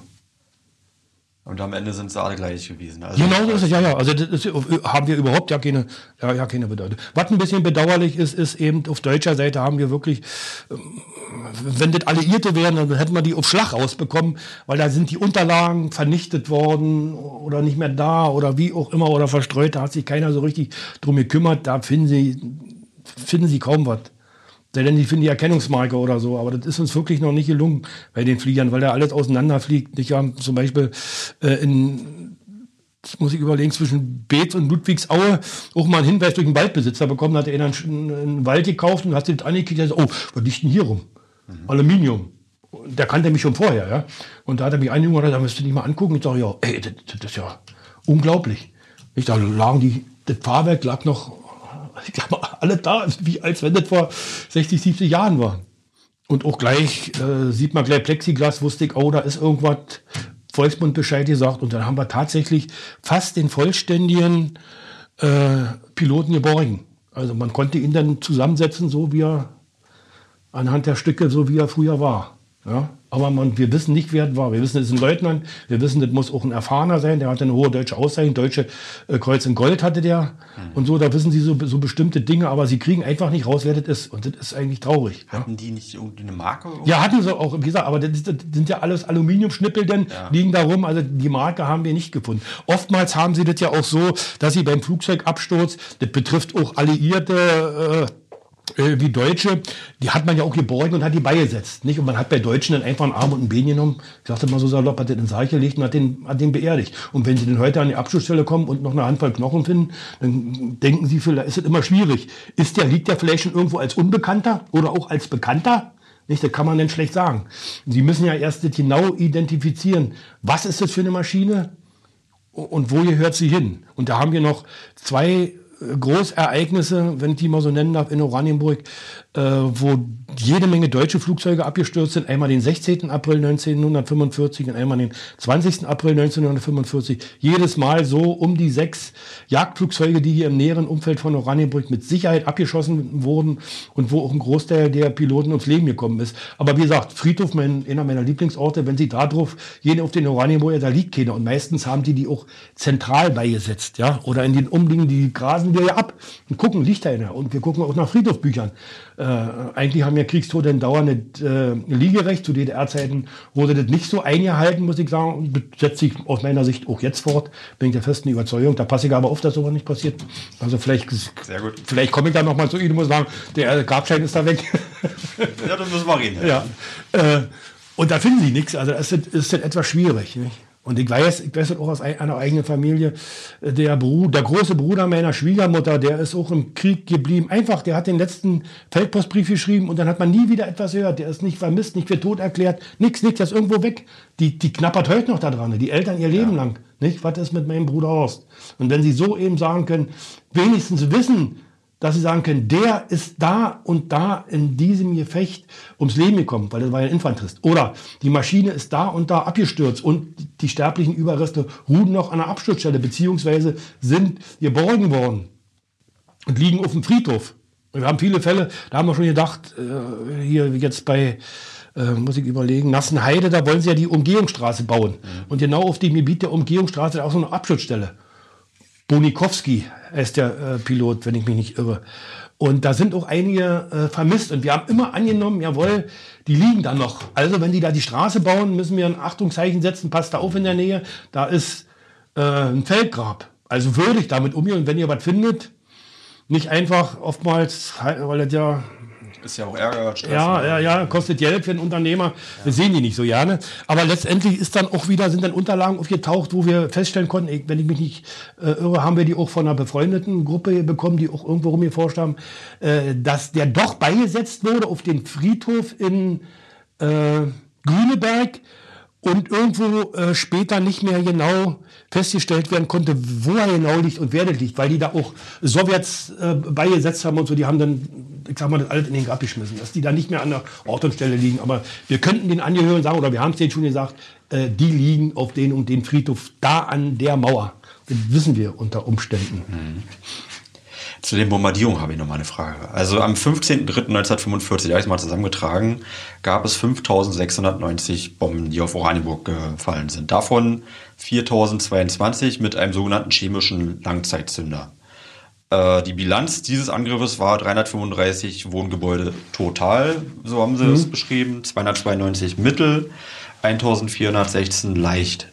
Und am Ende sind sie alle gleich gewesen. Also genau so ist es, ja, ja. Also das ist, haben wir überhaupt ja keine, ja, ja, keine Bedeutung. Was ein bisschen bedauerlich ist, ist eben, auf deutscher Seite haben wir wirklich, wenn das Alliierte wären, dann hätten wir die auf Schlag rausbekommen, weil da sind die Unterlagen vernichtet worden oder nicht mehr da oder wie auch immer oder verstreut. Da hat sich keiner so richtig drum gekümmert. Da finden sie, finden sie kaum was. Denn die finden die Erkennungsmarke oder so, aber das ist uns wirklich noch nicht gelungen bei den Fliegern, weil da alles auseinanderfliegt. Ich habe zum Beispiel äh, in, das muss ich überlegen, zwischen Beetz und Ludwigsaue auch mal einen Hinweis durch einen Waldbesitzer bekommen, da hat er einen, einen Wald gekauft und hat sich das angekriegt, und gesagt, oh, was liegt denn hier rum? Mhm. Aluminium. Und der kannte mich schon vorher, ja. Und da hat er mich angerufen und gesagt, da müsst ihr nicht mal angucken. Ich sage, ja, ey, das, das ist ja unglaublich. Ich, da lagen die das Fahrwerk lag noch, ich glaube, alle da, wie als wenn das vor sechzig, siebzig Jahren war. Und auch gleich äh, sieht man gleich Plexiglas, wusste ich, oh, da ist irgendwas, Volksmund Bescheid gesagt. Und dann haben wir tatsächlich fast den vollständigen äh, Piloten geborgen. Also man konnte ihn dann zusammensetzen, so wie er anhand der Stücke, so wie er früher war. Ja? Aber man, wir wissen nicht, wer es war. Wir wissen, es ist ein Leutnant. Wir wissen, das muss auch ein Erfahrener sein. Der hatte eine hohe deutsche Auszeichnung. Deutsche äh, Kreuz in Gold hatte der. Mhm. Und so, da wissen sie so, so bestimmte Dinge. Aber sie kriegen einfach nicht raus, wer das ist. Und das ist eigentlich traurig. Hatten ja? die nicht irgendeine Marke? Ja, hatten sie auch, wie gesagt. Aber das, das sind ja alles Aluminiumschnippel, denn Ja. liegen da rum. Also die Marke haben wir nicht gefunden. Oftmals haben sie das ja auch so, dass sie beim Flugzeugabsturz, das betrifft auch Alliierte, äh, wie Deutsche, die hat man ja auch geborgen und hat die beigesetzt. Nicht? Und man hat bei Deutschen dann einfach einen Arm und ein Bein genommen, ich sagte mal so salopp, hat den in den Sarg gelegt und hat den, hat den beerdigt. Und wenn sie dann heute an die Abschlussstelle kommen und noch eine Handvoll Knochen finden, dann denken sie, vielleicht ist es immer schwierig. Ist der, liegt der vielleicht schon irgendwo als Unbekannter oder auch als Bekannter? Nicht, das kann man dann schlecht sagen. Sie müssen ja erst das genau identifizieren. Was ist das für eine Maschine und wo gehört sie hin? Und da haben wir noch zwei Großereignisse, wenn ich die mal so nennen darf, in Oranienburg, äh, wo jede Menge deutsche Flugzeuge abgestürzt sind. Einmal den sechzehnten April neunzehnhundertfünfundvierzig und einmal den zwanzigsten April neunzehnhundertfünfundvierzig. Jedes Mal so um die sechs Jagdflugzeuge, die hier im näheren Umfeld von Oranienburg mit Sicherheit abgeschossen wurden und wo auch ein Großteil der Piloten ums Leben gekommen ist. Aber wie gesagt, Friedhof, mein, einer meiner Lieblingsorte, wenn Sie da drauf gehen auf den Oranienburger, da liegt keiner. Und meistens haben die die auch zentral beigesetzt, ja, oder in den Umliegenden, die grasen wir ja ab und gucken, liegt da einer. Und wir gucken auch nach Friedhofbüchern. Äh, eigentlich haben ja Kriegstote ein dauerndes äh, Liegerecht. Zu D D R-Zeiten wurde das nicht so eingehalten, muss ich sagen. Und das setzt sich aus meiner Sicht auch jetzt fort. Bin ich der festen Überzeugung. Da passe ich aber auf, dass sowas nicht passiert. Also vielleicht, Sehr gut. vielleicht komme ich da nochmal zu Ihnen und muss sagen, der Grabstein ist da weg. Ja, dann müssen wir reden. Ja. Äh, und da finden Sie nichts. Also das ist, ist das etwas schwierig. Nicht? Und ich weiß, ich weiß das auch aus einer eigenen Familie, der, Bruder, der große Bruder meiner Schwiegermutter, der ist auch im Krieg geblieben. Einfach, der hat den letzten Feldpostbrief geschrieben und dann hat man nie wieder etwas gehört. Der ist nicht vermisst, nicht für tot erklärt, nichts, nichts, der ist irgendwo weg. Die, die knappert heute noch da dran, die Eltern ihr Leben ja. lang. Nicht? Was ist mit meinem Bruder Horst? Und wenn sie so eben sagen können, wenigstens wissen, dass sie sagen können, der ist da und da in diesem Gefecht ums Leben gekommen, weil das war ja ein Infanterist. Oder die Maschine ist da und da abgestürzt und die sterblichen Überreste ruhen noch an der Absturzstelle, beziehungsweise sind geborgen worden und liegen auf dem Friedhof. Wir haben viele Fälle, da haben wir schon gedacht, äh, hier jetzt bei, äh, muss ich überlegen, Nassenheide, da wollen sie ja die Umgehungsstraße bauen. Mhm. Und genau auf dem Gebiet der Umgehungsstraße ist auch so eine Absturzstelle. Bonikowski ist der äh, Pilot, wenn ich mich nicht irre. Und da sind auch einige äh, vermisst. Und wir haben immer angenommen, jawohl, die liegen da noch. Also wenn die da die Straße bauen, müssen wir ein Achtungszeichen setzen, passt da auf in der Nähe. Da ist äh, ein Feldgrab. Also würde ich damit umgehen. Und wenn ihr was findet, nicht einfach oftmals, weil das ja... Ist ja auch Ärger, Stress. Ja, ja, ja, kostet Geld für einen Unternehmer. Ja. Wir sehen die nicht so gerne. Aber letztendlich ist dann auch wieder, sind dann Unterlagen aufgetaucht, wo wir feststellen konnten, ich, wenn ich mich nicht äh, irre, haben wir die auch von einer befreundeten Gruppe bekommen, die auch irgendwo rumgeforscht haben, äh, dass der doch beigesetzt wurde auf den Friedhof in äh, Grüneberg und irgendwo äh, später nicht mehr genau festgestellt werden konnte, wo er genau liegt und wer das liegt, weil die da auch Sowjets äh, beigesetzt haben und so, die haben dann, ich sag mal, das alles in den Grab geschmissen, dass die da nicht mehr an der Ort und Stelle liegen. Aber wir könnten den Angehörigen sagen, oder wir haben es denen schon gesagt, äh, die liegen auf den und den Friedhof da an der Mauer. Das wissen wir unter Umständen. Mhm. Zu den Bombardierungen habe ich noch mal eine Frage. Also am fünfzehnten dritten neunzehnhundertfünfundvierzig, da habe ich es mal zusammengetragen, gab es fünftausendsechshundertneunzig Bomben, die auf Oranienburg gefallen sind. Davon viertausendzweiundzwanzig mit einem sogenannten chemischen Langzeitzünder. Äh, die Bilanz dieses Angriffes war dreihundertfünfunddreißig Wohngebäude total, so haben sie es mhm. beschrieben, zweihundertzweiundneunzig mittel, eintausendvierhundertsechzehn leicht.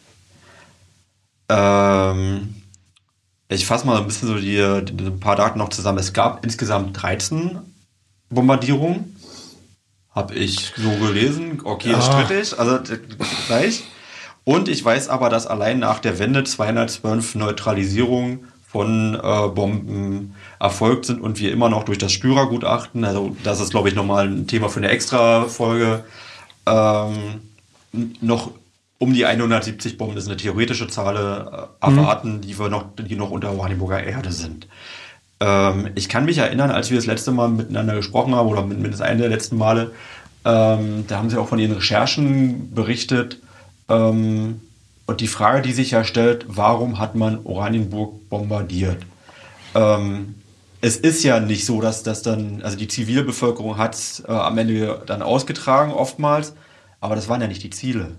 Ähm... Ich fasse mal ein bisschen so die, die, ein paar Daten noch zusammen. Es gab insgesamt dreizehn Bombardierungen. Habe ich so gelesen. Okay, ja. Strittig. Also gleich. Und ich weiß aber, dass allein nach der Wende zweihundertzwölf Neutralisierungen von äh, Bomben erfolgt sind und wir immer noch durch das Spürer-Gutachten, also das ist, glaube ich, nochmal ein Thema für eine extra Folge, ähm, noch um die hundertsiebzig Bomben, das ist eine theoretische Zahl, äh, erwarten, mhm. die, wir noch, die noch unter Oranienburger Erde sind. Ähm, ich kann mich erinnern, als wir das letzte Mal miteinander gesprochen haben, oder mindestens eine der letzten Male, ähm, da haben Sie auch von Ihren Recherchen berichtet. Ähm, und die Frage, die sich ja stellt, warum hat man Oranienburg bombardiert? Ähm, es ist ja nicht so, dass das dann, also die Zivilbevölkerung hat es äh, am Ende dann ausgetragen oftmals, aber das waren ja nicht die Ziele.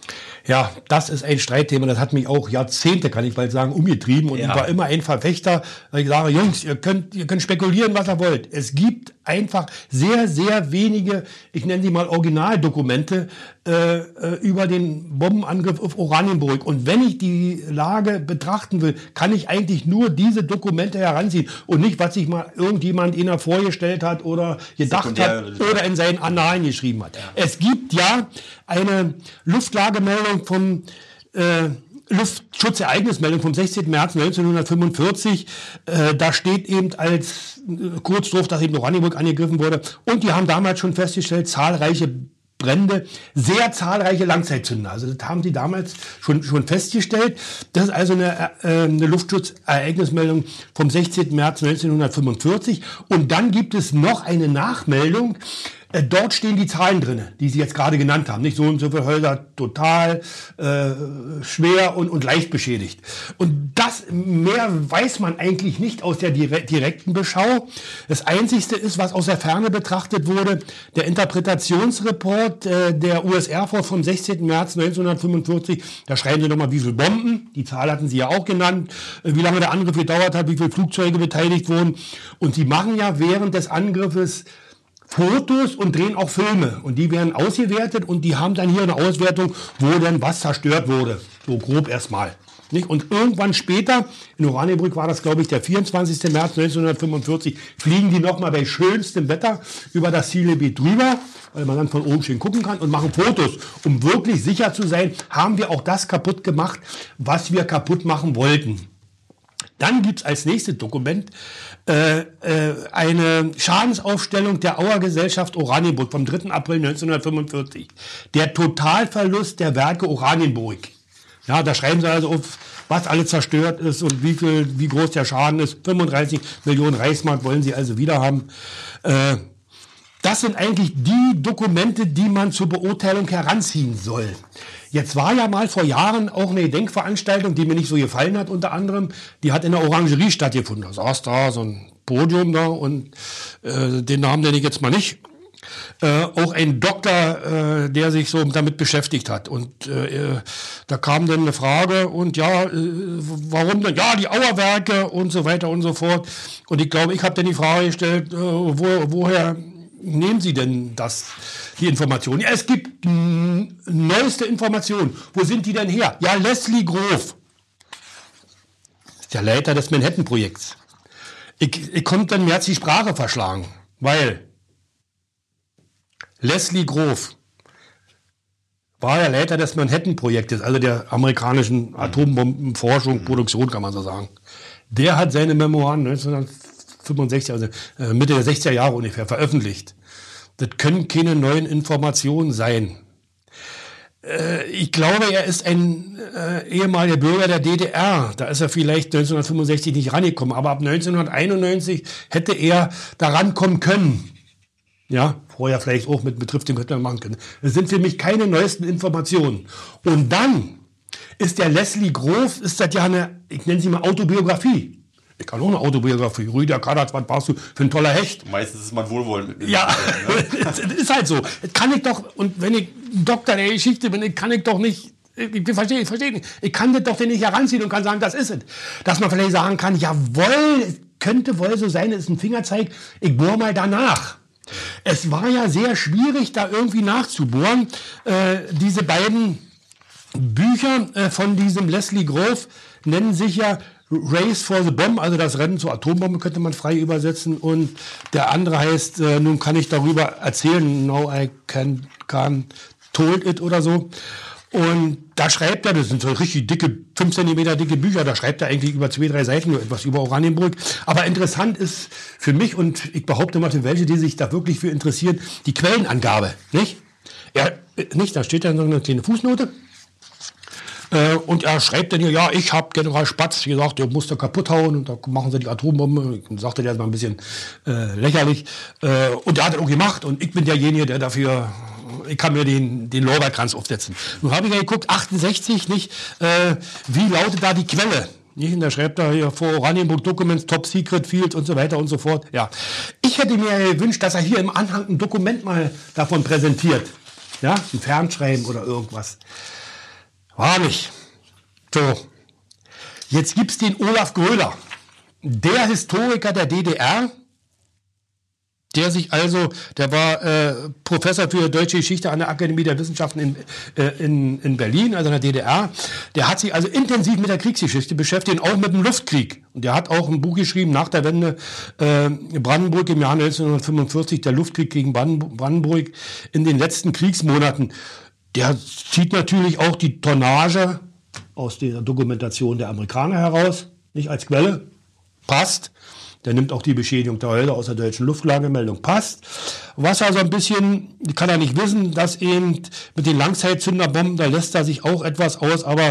Ja, das ist ein Streitthema, das hat mich auch Jahrzehnte, kann ich bald sagen, umgetrieben. Und ja. ich war immer ein Verfechter, weil ich sage, Jungs, ihr könnt, ihr könnt spekulieren, was ihr wollt. Es gibt einfach sehr, sehr wenige, ich nenne sie mal Originaldokumente, äh, über den Bombenangriff auf Oranienburg. Und wenn ich die Lage betrachten will, kann ich eigentlich nur diese Dokumente heranziehen und nicht, was sich mal irgendjemand ihnen vorgestellt hat oder gedacht Sekundär, hat oder in seinen Annalen geschrieben hat. Ja. Es gibt ja eine Luftlagemeldung vom äh, Luftschutzereignismeldung vom sechzehnten März neunzehnhundertfünfundvierzig. Äh, da steht eben als äh, kurz drauf, dass eben Oranienburg angegriffen wurde. Und die haben damals schon festgestellt, zahlreiche Brände, sehr zahlreiche Langzeitzünder. Also das haben sie damals schon, schon festgestellt. Das ist also eine, äh, eine Luftschutzereignismeldung vom sechzehnten März neunzehnhundertfünfundvierzig. Und dann gibt es noch eine Nachmeldung. Äh, dort stehen die Zahlen drin, die Sie jetzt gerade genannt haben. Nicht so und so viele Häuser total äh, schwer und, und leicht beschädigt. Und das mehr weiß man eigentlich nicht aus der dire- direkten Beschau. Das Einzigste ist, was aus der Ferne betrachtet wurde, der Interpretationsreport äh, der U S Air Force vom sechzehnten März neunzehnhundertfünfundvierzig. Da schreiben sie nochmal, wie viele Bomben, die Zahl hatten Sie ja auch genannt, äh, wie lange der Angriff gedauert hat, wie viele Flugzeuge beteiligt wurden. Und sie machen ja während des Angriffes Fotos und drehen auch Filme. Und die werden ausgewertet und die haben dann hier eine Auswertung, wo denn was zerstört wurde. So grob erstmal. Nicht? Und irgendwann später, in Oranienburg war das, glaube ich, der vierundzwanzigsten März neunzehnhundertfünfundvierzig, fliegen die nochmal bei schönstem Wetter über das Zielgebiet drüber, weil man dann von oben schön gucken kann und machen Fotos, um wirklich sicher zu sein, haben wir auch das kaputt gemacht, was wir kaputt machen wollten. Dann gibt's als nächstes Dokument äh, äh, eine Schadensaufstellung der Auer Gesellschaft Oranienburg vom dritten April neunzehnhundertfünfundvierzig. Der Totalverlust der Werke Oranienburg. Ja, da schreiben sie also auf, was alles zerstört ist und wie viel, wie groß der Schaden ist. fünfunddreißig Millionen Reichsmark wollen sie also wieder haben. Äh, das sind eigentlich die Dokumente, die man zur Beurteilung heranziehen soll. Jetzt war ja mal vor Jahren auch eine Gedenkveranstaltung, die mir nicht so gefallen hat, unter anderem. Die hat in der Orangerie stattgefunden. Da saß da so ein Podium da und äh, den Namen nenne ich jetzt mal nicht. Äh, auch ein Doktor, äh, der sich so damit beschäftigt hat. Und äh, da kam dann eine Frage und ja, äh, warum denn? Ja, die Auerwerke und so weiter und so fort. Und ich glaube, ich habe dann die Frage gestellt, äh, wo, woher nehmen Sie denn das, die Informationen? Ja, es gibt mh, neueste Informationen. Wo sind die denn her? Ja, Leslie Grof, der Leiter des Manhattan-Projekts. Ich, ich konnte dann mehr die Sprache verschlagen, weil Leslie Grof war der Leiter des Manhattan-Projektes, also der amerikanischen Atombombenforschung, Produktion, kann man so sagen. Der hat seine Memoiren neunzehnhundertfünfundsechzig, also Mitte der sechziger Jahre ungefähr, veröffentlicht. Das können keine neuen Informationen sein. Äh, ich glaube, er ist ein äh, ehemaliger Bürger der D D R. Da ist er vielleicht neunzehnhundertfünfundsechzig nicht rangekommen. Aber ab neunzehnhunderteinundneunzig hätte er da rankommen können. Ja, vorher vielleicht auch mit Betriff, den hätte man machen können. Das sind für mich keine neuesten Informationen. Und dann ist der Leslie Grof, ist das ja eine, ich nenne sie mal Autobiografie. Ich kann auch eine Autobiografie. Rüdiger Kadatz, was warst du für ein toller Hecht? Meistens ist man wohlwollend mit mir. Ja, es ist halt so. Das kann ich doch, und wenn ich Doktor der Geschichte bin, kann ich doch nicht, ich verstehe, ich verstehe nicht, ich kann das doch nicht heranziehen und kann sagen, das ist es. Dass man vielleicht sagen kann, jawohl, es könnte wohl so sein, es ist ein Fingerzeig, ich bohre mal danach. Es war ja sehr schwierig, da irgendwie nachzubohren. Äh, diese beiden Bücher äh, von diesem Leslie Grof nennen sich ja Race for the Bomb, also das Rennen zur Atombombe könnte man frei übersetzen. Und der andere heißt, äh, nun kann ich darüber erzählen, Now I can, can told it oder so. Und da schreibt er, das sind so richtig dicke, fünf Zentimeter dicke Bücher, da schreibt er eigentlich über zwei, drei Seiten nur etwas über Oranienburg. Aber interessant ist für mich, und ich behaupte mal für welche, die sich da wirklich für interessieren, die Quellenangabe, nicht? Ja, nicht, da steht ja noch eine kleine Fußnote. Äh, und er schreibt dann hier, ja, ich habe General Spatz gesagt, der muss da kaputt hauen und da machen sie die Atombombe. Und sagte der mal ein bisschen äh, lächerlich. Äh, und er hat das auch gemacht und ich bin derjenige, der dafür, ich kann mir den, den Lorbeerkranz aufsetzen. Nun habe ich ja geguckt, achtundsechzig, nicht? Äh, wie lautet da die Quelle? Nicht? Und da schreibt er hier vor Oranienburg Documents, Top Secret Fields und so weiter und so fort. Ja. Ich hätte mir gewünscht, dass er hier im Anhang ein Dokument mal davon präsentiert. Ja, ein Fernschreiben oder irgendwas. War nicht. So. Jetzt gibt es den Olaf Gröler, der Historiker der D D R, der sich also, der war äh, Professor für Deutsche Geschichte an der Akademie der Wissenschaften in, äh, in, in Berlin, also in der D D R. Der hat sich also intensiv mit der Kriegsgeschichte beschäftigt, auch mit dem Luftkrieg. Und der hat auch ein Buch geschrieben nach der Wende äh, Brandenburg im Jahr neunzehnhundertfünfundvierzig, der Luftkrieg gegen Brandenburg in den letzten Kriegsmonaten. Der zieht natürlich auch die Tonnage aus der Dokumentation der Amerikaner heraus, nicht als Quelle, passt. Der nimmt auch die Beschädigung der Hölder aus der deutschen Luftlagemeldung, passt. Was also ein bisschen, kann er nicht wissen, dass eben mit den Langzeitzünderbomben, da lässt er sich auch etwas aus, aber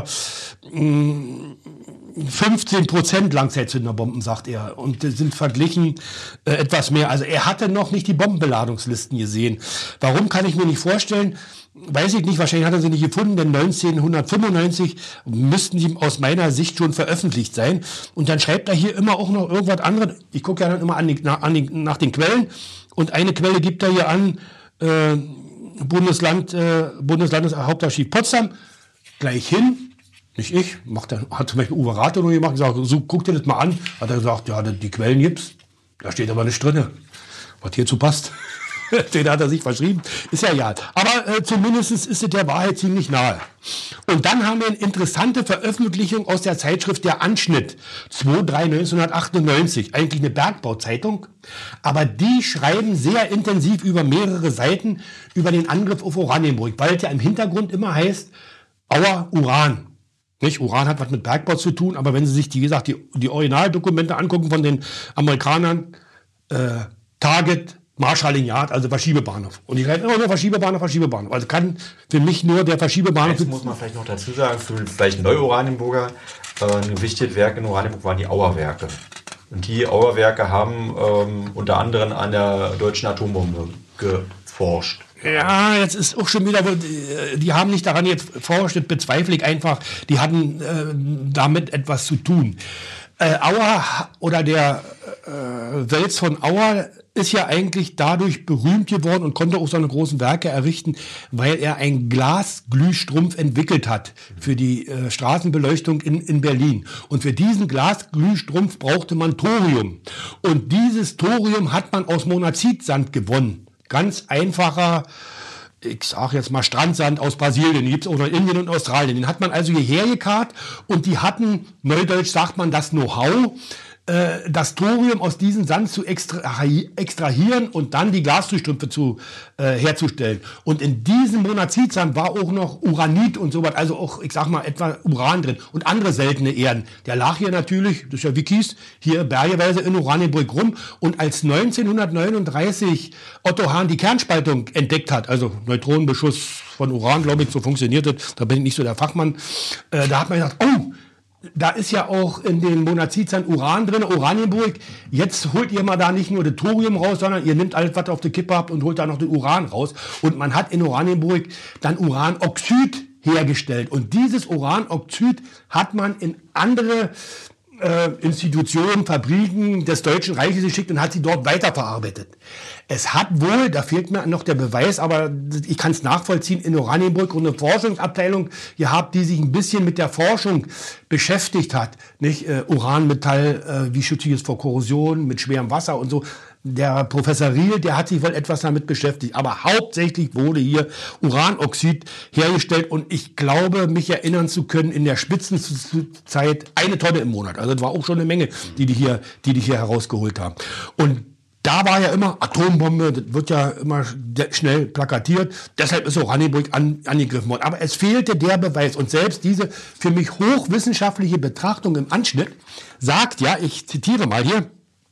mh, fünfzehn Prozent Langzeitzünderbomben, sagt er, und sind verglichen äh, etwas mehr. Also er hatte noch nicht die Bombenbeladungslisten gesehen. Warum, kann ich mir nicht vorstellen. Weiß ich nicht, wahrscheinlich hat er sie nicht gefunden, denn neunzehnhundertfünfundneunzig müssten sie aus meiner Sicht schon veröffentlicht sein. Und dann schreibt er hier immer auch noch irgendwas anderes. Ich gucke ja dann immer an die, nach, an die, nach den Quellen. Und eine Quelle gibt er hier an, äh, Bundesland, äh, Bundeslandeshauptarchiv Potsdam, gleich hin. Nicht ich, macht er, hat zum Beispiel Uwe Rathe nur gemacht, gesagt, so, guck dir das mal an. Hat er gesagt, ja, die Quellen gibt's. Da steht aber nicht drin, was hierzu passt. Den hat er sich verschrieben. Ist ja egal. Aber äh, zumindest ist es der Wahrheit ziemlich nahe. Und dann haben wir eine interessante Veröffentlichung aus der Zeitschrift Der Anschnitt. zwei drei neunzehnhundertachtundneunzig. Eigentlich eine Bergbauzeitung. Aber die schreiben sehr intensiv über mehrere Seiten über den Angriff auf Oranienburg. Weil es ja im Hintergrund immer heißt, Aua, Uran. Nicht? Uran hat was mit Bergbau zu tun. Aber wenn Sie sich, die, wie gesagt, die, die Originaldokumente angucken von den Amerikanern, äh, Target, Marschalling-Yard, also Verschiebebahnhof. Und ich schreibe immer nur Verschiebebahnhof, Verschiebebahnhof. Also kann für mich nur der Verschiebebahnhof... Jetzt muss man vielleicht noch dazu sagen, für vielleicht Neu-Oranienburger, äh, ein gewichtes Werk in Oranienburg waren die Auerwerke. Und die Auerwerke haben ähm, unter anderem an der deutschen Atombombe geforscht. Ja, jetzt ist auch schon wieder, die haben nicht daran geforscht, das bezweifle ich einfach, die hatten äh, damit etwas zu tun. Äh, Auer oder der äh, Wels von Auer ist ja eigentlich dadurch berühmt geworden und konnte auch seine großen Werke errichten, weil er einen Glasglühstrumpf entwickelt hat für die äh, Straßenbeleuchtung in, in Berlin. Und für diesen Glasglühstrumpf brauchte man Thorium. Und dieses Thorium hat man aus Monazitsand gewonnen. Ganz einfacher, ich sag jetzt mal Strandsand aus Brasilien, den gibt's auch noch in Indien und Australien. Den hat man also hierher gekarrt und die hatten, neudeutsch sagt man, das Know-how, äh, das Thorium aus diesem Sand zu extrahi- extrahieren und dann die Glasglühstrümpfe zu, äh, herzustellen. Und in diesem Monazidsand war auch noch Uranit und sowas, also auch, ich sag mal, etwa Uran drin und andere seltene Erden. Der lag hier natürlich, das ist ja Wikis, hier bergeweise in Oranienburg rum. Und als neunzehnhundertneununddreißig Otto Hahn die Kernspaltung entdeckt hat, also Neutronenbeschuss von Uran, glaube ich, so funktioniert das, da bin ich nicht so der Fachmann, äh, da hat man gesagt, oh, da ist ja auch in den Monazidsand Uran drin, Oranienburg. Jetzt holt ihr mal da nicht nur das Thorium raus, sondern ihr nehmt alles, was ihr auf der Kippe habt und holt da noch den Uran raus. Und man hat in Oranienburg dann Uranoxid hergestellt. Und dieses Uranoxid hat man in andere äh, Institutionen, Fabriken des Deutschen Reiches geschickt und hat sie dort weiterverarbeitet. Es hat wohl, da fehlt mir noch der Beweis, aber ich kann es nachvollziehen, in Oranienburg eine Forschungsabteilung gehabt, die sich ein bisschen mit der Forschung beschäftigt hat. Nicht äh, Uranmetall, äh, wie schütze ich es vor Korrosion, mit schwerem Wasser und so. Der Professor Riel, der hat sich wohl etwas damit beschäftigt. Aber hauptsächlich wurde hier Uranoxid hergestellt. Und ich glaube, mich erinnern zu können, in der Spitzenzeit eine Tonne im Monat. Also das war auch schon eine Menge, die die hier, die die hier herausgeholt haben. Und da war ja immer Atombombe, das wird ja immer schnell plakatiert. Deshalb ist Oranienburg an, angegriffen worden. Aber es fehlte der Beweis. Und selbst diese für mich hochwissenschaftliche Betrachtung im Anschnitt sagt ja, ich zitiere mal hier,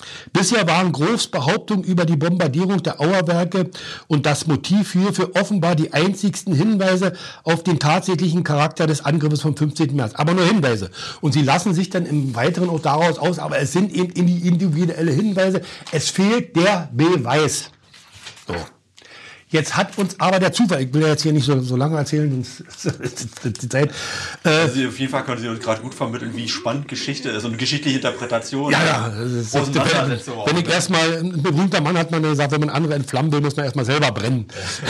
Bisher waren Groves Behauptungen über die Bombardierung der Auerwerke und das Motiv hierfür offenbar die einzigsten Hinweise auf den tatsächlichen Charakter des Angriffes vom fünfzehnten März. Aber nur Hinweise. Und sie lassen sich dann im Weiteren auch daraus aus, aber es sind eben individuelle Hinweise. Es fehlt der Beweis. So. Jetzt hat uns aber der Zufall, ich will ja jetzt hier nicht so, so lange erzählen, die Zeit. Äh, also auf jeden Fall können Sie uns gerade gut vermitteln, wie spannend Geschichte ist und geschichtliche Interpretation. Ja, ja. Das ist, wenn, wenn ich erstmal, ein berühmter Mann hat man gesagt, wenn man andere entflammen will, muss man erstmal selber brennen.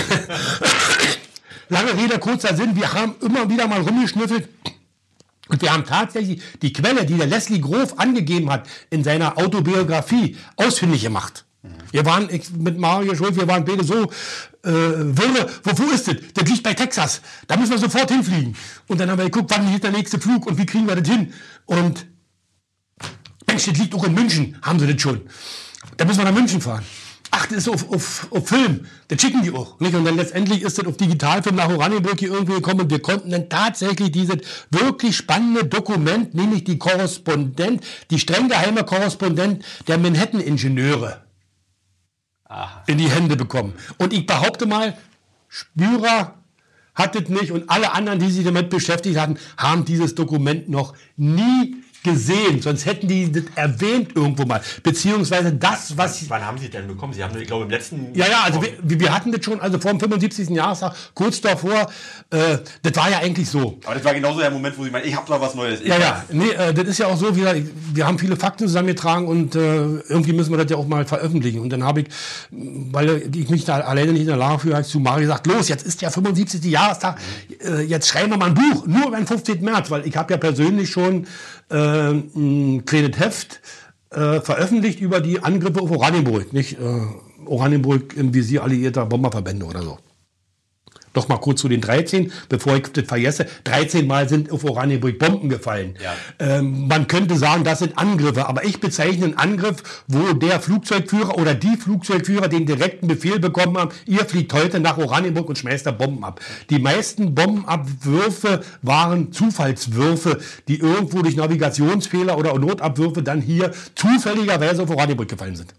Lange Rede, kurzer Sinn, wir haben immer wieder mal rumgeschnüffelt. Und wir haben tatsächlich die Quelle, die der Leslie Grove angegeben hat, in seiner Autobiografie ausfindig gemacht. Wir waren ich, mit Mario Schulz, wir waren beide so äh, wirre. Wo, wo ist das? Das liegt bei Texas. Da müssen wir sofort hinfliegen. Und dann haben wir geguckt, wann ist der nächste Flug und wie kriegen wir das hin? Und Mensch, das liegt auch in München, haben sie das schon. Da müssen wir nach München fahren. Ach, das ist auf, auf, auf Film. Das schicken die auch. Nicht? Und dann letztendlich ist das auf Digitalfilm nach Oranienburg hier irgendwie gekommen und wir konnten dann tatsächlich dieses wirklich spannende Dokument, nämlich die Korrespondent, die streng geheime Korrespondent der Manhattan-Ingenieure in die Hände bekommen. Und ich behaupte mal, Spürer hat es nicht und alle anderen, die sich damit beschäftigt hatten, haben dieses Dokument noch nie gesehen, sonst hätten die das erwähnt irgendwo mal, beziehungsweise das, was... Wann haben Sie denn bekommen? Sie haben, ich glaube, im letzten... Ja, ja, also wir, wir hatten das schon, also vor dem fünfundsiebzigsten Jahrestag, kurz davor, äh, das war ja eigentlich so. Aber das war genauso der Moment, wo Sie meinen, ich habe da was Neues. Ich ja, ja, nee, äh, das ist ja auch so, wir, wir haben viele Fakten zusammengetragen und äh, irgendwie müssen wir das ja auch mal veröffentlichen. Und dann habe ich, weil ich mich da alleine nicht in der Lage fühle, habe ich zu Mario gesagt, los, jetzt ist der fünfundsiebzigste Jahrestag, mhm. äh, jetzt schreiben wir mal ein Buch, nur über den fünfzehnten März, weil ich habe ja persönlich schon Äh, ein kleines Heft äh, veröffentlicht über die Angriffe auf Oranienburg. Nicht äh, Oranienburg im Visier alliierter Bomberverbände oder so. Doch mal kurz zu den dreizehn, bevor ich das vergesse. dreizehn Mal sind auf Oranienburg Bomben gefallen. Ja. Ähm, man könnte sagen, das sind Angriffe, aber ich bezeichne einen Angriff, wo der Flugzeugführer oder die Flugzeugführer den direkten Befehl bekommen haben, ihr fliegt heute nach Oranienburg und schmeißt da Bomben ab. Die meisten Bombenabwürfe waren Zufallswürfe, die irgendwo durch Navigationsfehler oder Notabwürfe dann hier zufälligerweise auf Oranienburg gefallen sind.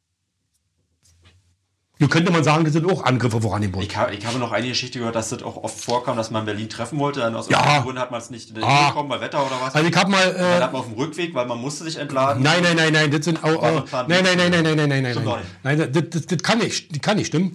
Hier könnte man sagen, das sind auch Angriffe auf Oranienburg. Ich, hab, ich habe noch eine Geschichte gehört, dass das auch oft vorkam, dass man Berlin treffen wollte. Dann aus ja. irgendeinem Grund hat man es nicht ah. bekommen, weil Wetter oder was. Also ich habe mal... Äh, dann hat man auf dem Rückweg, weil man musste sich entladen. Nein, nein, nein, nein, das sind auch... Äh, nein, nein, nein, nein, nein, nein, nein, nein, nein. Nein, das, das, das kann nicht, das kann nicht stimmen.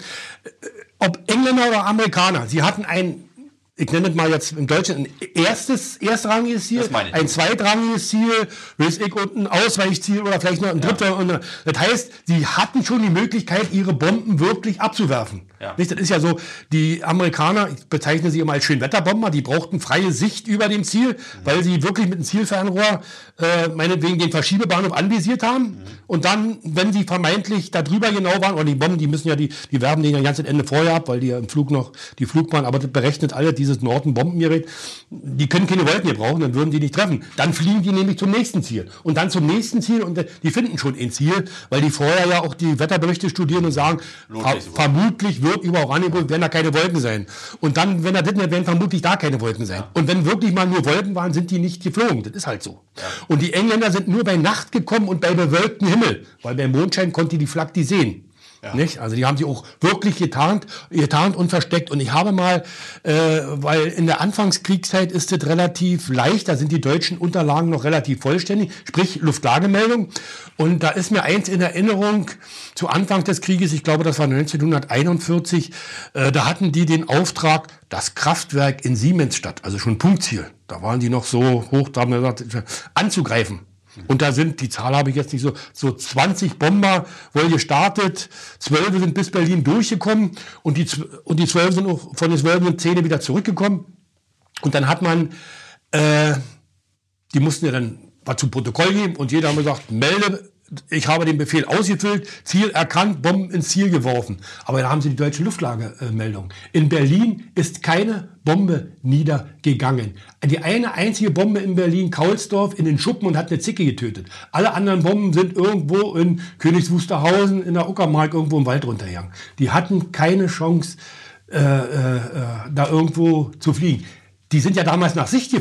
Ob Engländer oder Amerikaner, sie hatten ein... Ich nenne es mal jetzt im Deutschen ein erstes, erstrangiges Ziel, ein zweitrangiges Ziel, weiß ich, und ein Ausweichziel oder vielleicht noch ein drittes. Ja. Das heißt, sie hatten schon die Möglichkeit, ihre Bomben wirklich abzuwerfen. Ja. Nicht? Das ist ja so, die Amerikaner, ich bezeichne sie immer als Schönwetterbomber, die brauchten freie Sicht über dem Ziel, mhm. weil sie wirklich mit einem Zielfernrohr äh, meinetwegen den Verschiebebahnhof anvisiert haben. Mhm. Und dann, wenn sie vermeintlich da drüber genau waren, oder die Bomben, die müssen ja, die, die werfen den ja ganz Ende vorher ab, weil die ja im Flug noch die Flugbahn, aber das berechnet alle, dieses Norton-Bombengerät, die können keine Wolken gebrauchen, dann würden die nicht treffen. Dann fliegen die nämlich zum nächsten Ziel. Und dann zum nächsten Ziel und die finden schon ein Ziel, weil die vorher ja auch die Wetterberichte studieren und sagen, ver vermutlich wird über Oranienburg werden da keine Wolken sein. Und dann, wenn er das nicht, werden vermutlich da keine Wolken sein. Ja. Und wenn wirklich mal nur Wolken waren, sind die nicht geflogen. Das ist halt so. Ja. Und die Engländer sind nur bei Nacht gekommen und bei bewölktem Himmel, weil bei Mondschein konnte die Flak die sehen. Ja. Nicht? Also die haben sie auch wirklich getarnt, getarnt und versteckt. Und ich habe mal, äh, weil in der Anfangskriegszeit ist es relativ leicht, da sind die deutschen Unterlagen noch relativ vollständig, sprich Luftlagemeldung. Und da ist mir eins in Erinnerung, zu Anfang des Krieges, ich glaube, das war neunzehnhunderteinundvierzig, äh, da hatten die den Auftrag, das Kraftwerk in Siemensstadt, also schon Punktziel, da waren die noch so hoch, da haben wir gesagt, anzugreifen. Und da sind, die Zahl habe ich jetzt nicht so, so zwanzig Bomber wohl gestartet, zwölf sind bis Berlin durchgekommen und die, und die zwölf sind auch von den zwölf sind zehn wieder zurückgekommen. Und dann hat man, äh, die mussten ja dann was zum Protokoll geben und jeder hat gesagt, melde, ich habe den Befehl ausgefüllt, Ziel erkannt, Bomben ins Ziel geworfen. Aber da haben sie die deutsche Luftlagemeldung. In Berlin ist keine Bombe niedergegangen. Die eine einzige Bombe in Berlin, Kaulsdorf, in den Schuppen und hat eine Zicke getötet. Alle anderen Bomben sind irgendwo in Königs Wusterhausen, in der Uckermark, irgendwo im Wald runtergegangen. Die hatten keine Chance, äh, äh, da irgendwo zu fliegen. Die sind ja damals nach Sicht geflogen.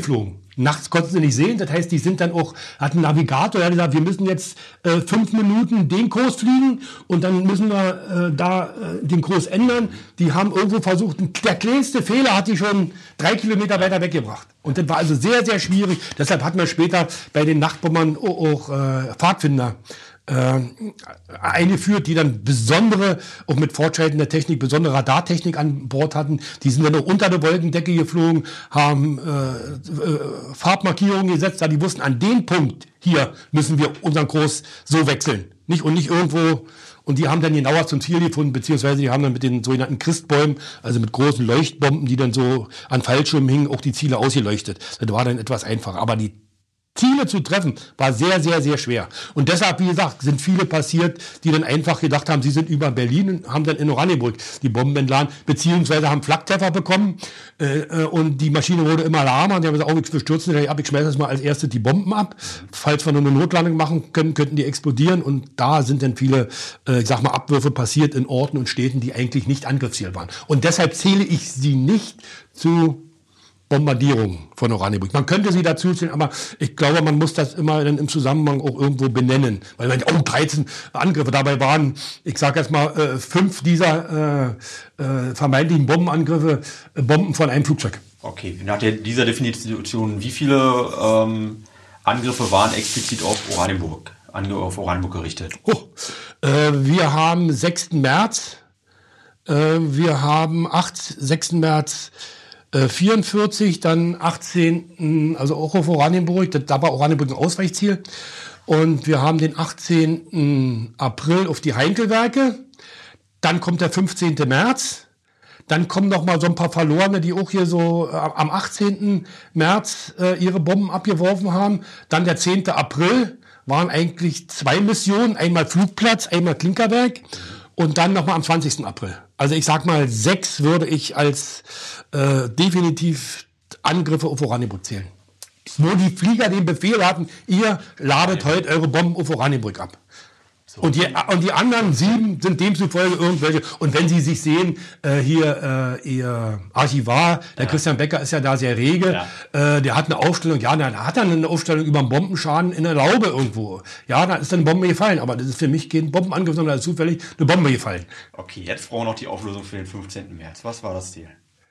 Nachts konnten sie nicht sehen, das heißt, die sind dann auch, hatten einen Navigator, der hat gesagt, wir müssen jetzt äh, fünf Minuten den Kurs fliegen und dann müssen wir äh, da äh, den Kurs ändern. Die haben irgendwo versucht, der kleinste Fehler hat die schon drei Kilometer weiter weggebracht. Und das war also sehr, sehr schwierig. Deshalb hat man später bei den Nachtbombern auch, auch äh, Pfadfinder äh, eingeführt, die dann besondere, auch mit fortschreitender Technik, besondere Radartechnik an Bord hatten. Die sind dann auch unter der Wolkendecke geflogen, haben äh, äh, Farbmarkierungen gesetzt, da die wussten, an dem Punkt hier müssen wir unseren Kurs so wechseln. Nicht und nicht irgendwo. Und die haben dann genauer zum Ziel gefunden, beziehungsweise die haben dann mit den sogenannten Christbäumen, also mit großen Leuchtbomben, die dann so an Fallschirmen hingen, auch die Ziele ausgeleuchtet. Das war dann etwas einfacher. Aber die Ziele zu treffen, war sehr, sehr, sehr schwer. Und deshalb, wie gesagt, sind viele passiert, die dann einfach gedacht haben, sie sind über Berlin und haben dann in Oranienburg die Bomben entladen, beziehungsweise haben Flaktreffer bekommen äh, und die Maschine wurde immer lahmer und die haben gesagt, oh, wir stürzen gleich ab, ich schmeiße jetzt mal als erstes die Bomben ab. Falls wir nur eine Notlandung machen können, könnten die explodieren und da sind dann viele, äh, ich sag mal, Abwürfe passiert in Orten und Städten, die eigentlich nicht Angriffsziel waren. Und deshalb zähle ich sie nicht zu Bombardierung von Oranienburg. Man könnte sie dazu zählen, aber ich glaube, man muss das immer dann im Zusammenhang auch irgendwo benennen. Weil man, oh, dreizehn Angriffe, dabei waren, ich sage jetzt mal, äh, fünf dieser äh, äh, vermeintlichen Bombenangriffe äh, Bomben von einem Flugzeug. Okay, nach der, dieser Definition, wie viele ähm, Angriffe waren explizit auf Oranienburg, auf Oranienburg gerichtet? Oh, äh, wir haben sechsten März, äh, wir haben sechsten März vierundvierzig, dann achtzehnten also auch auf Oranienburg, da war Oranienburg ein Ausweichziel. Und wir haben den achtzehnten April auf die Heinkelwerke. Dann kommt der fünfzehnten März. Dann kommen noch mal so ein paar Verlorene, die auch hier so äh, am achtzehnten März äh, ihre Bomben abgeworfen haben. Dann der zehnten April waren eigentlich zwei Missionen, einmal Flugplatz, einmal Klinkerwerk. Und dann nochmal am zwanzigsten April. Also ich sag mal, sechs würde ich als äh, definitiv Angriffe auf Oranienburg zählen. Wo die Flieger den Befehl hatten, ihr ladet heute eure Bomben auf Oranienburg ab. So. Und, die, und die anderen sieben sind demzufolge irgendwelche. Und wenn Sie sich sehen, äh, hier äh, Ihr Archivar, der ja. Christian Becker ist ja da sehr rege, ja. äh, der hat eine Aufstellung, ja, da hat er eine Aufstellung über einen Bombenschaden in der Laube irgendwo. Ja, da ist dann eine Bombe gefallen, aber das ist für mich kein Bombenangriff, sondern da ist zufällig eine Bombe gefallen. Okay, jetzt brauchen wir noch die Auflösung für den fünfzehnten März. Was war das Ziel?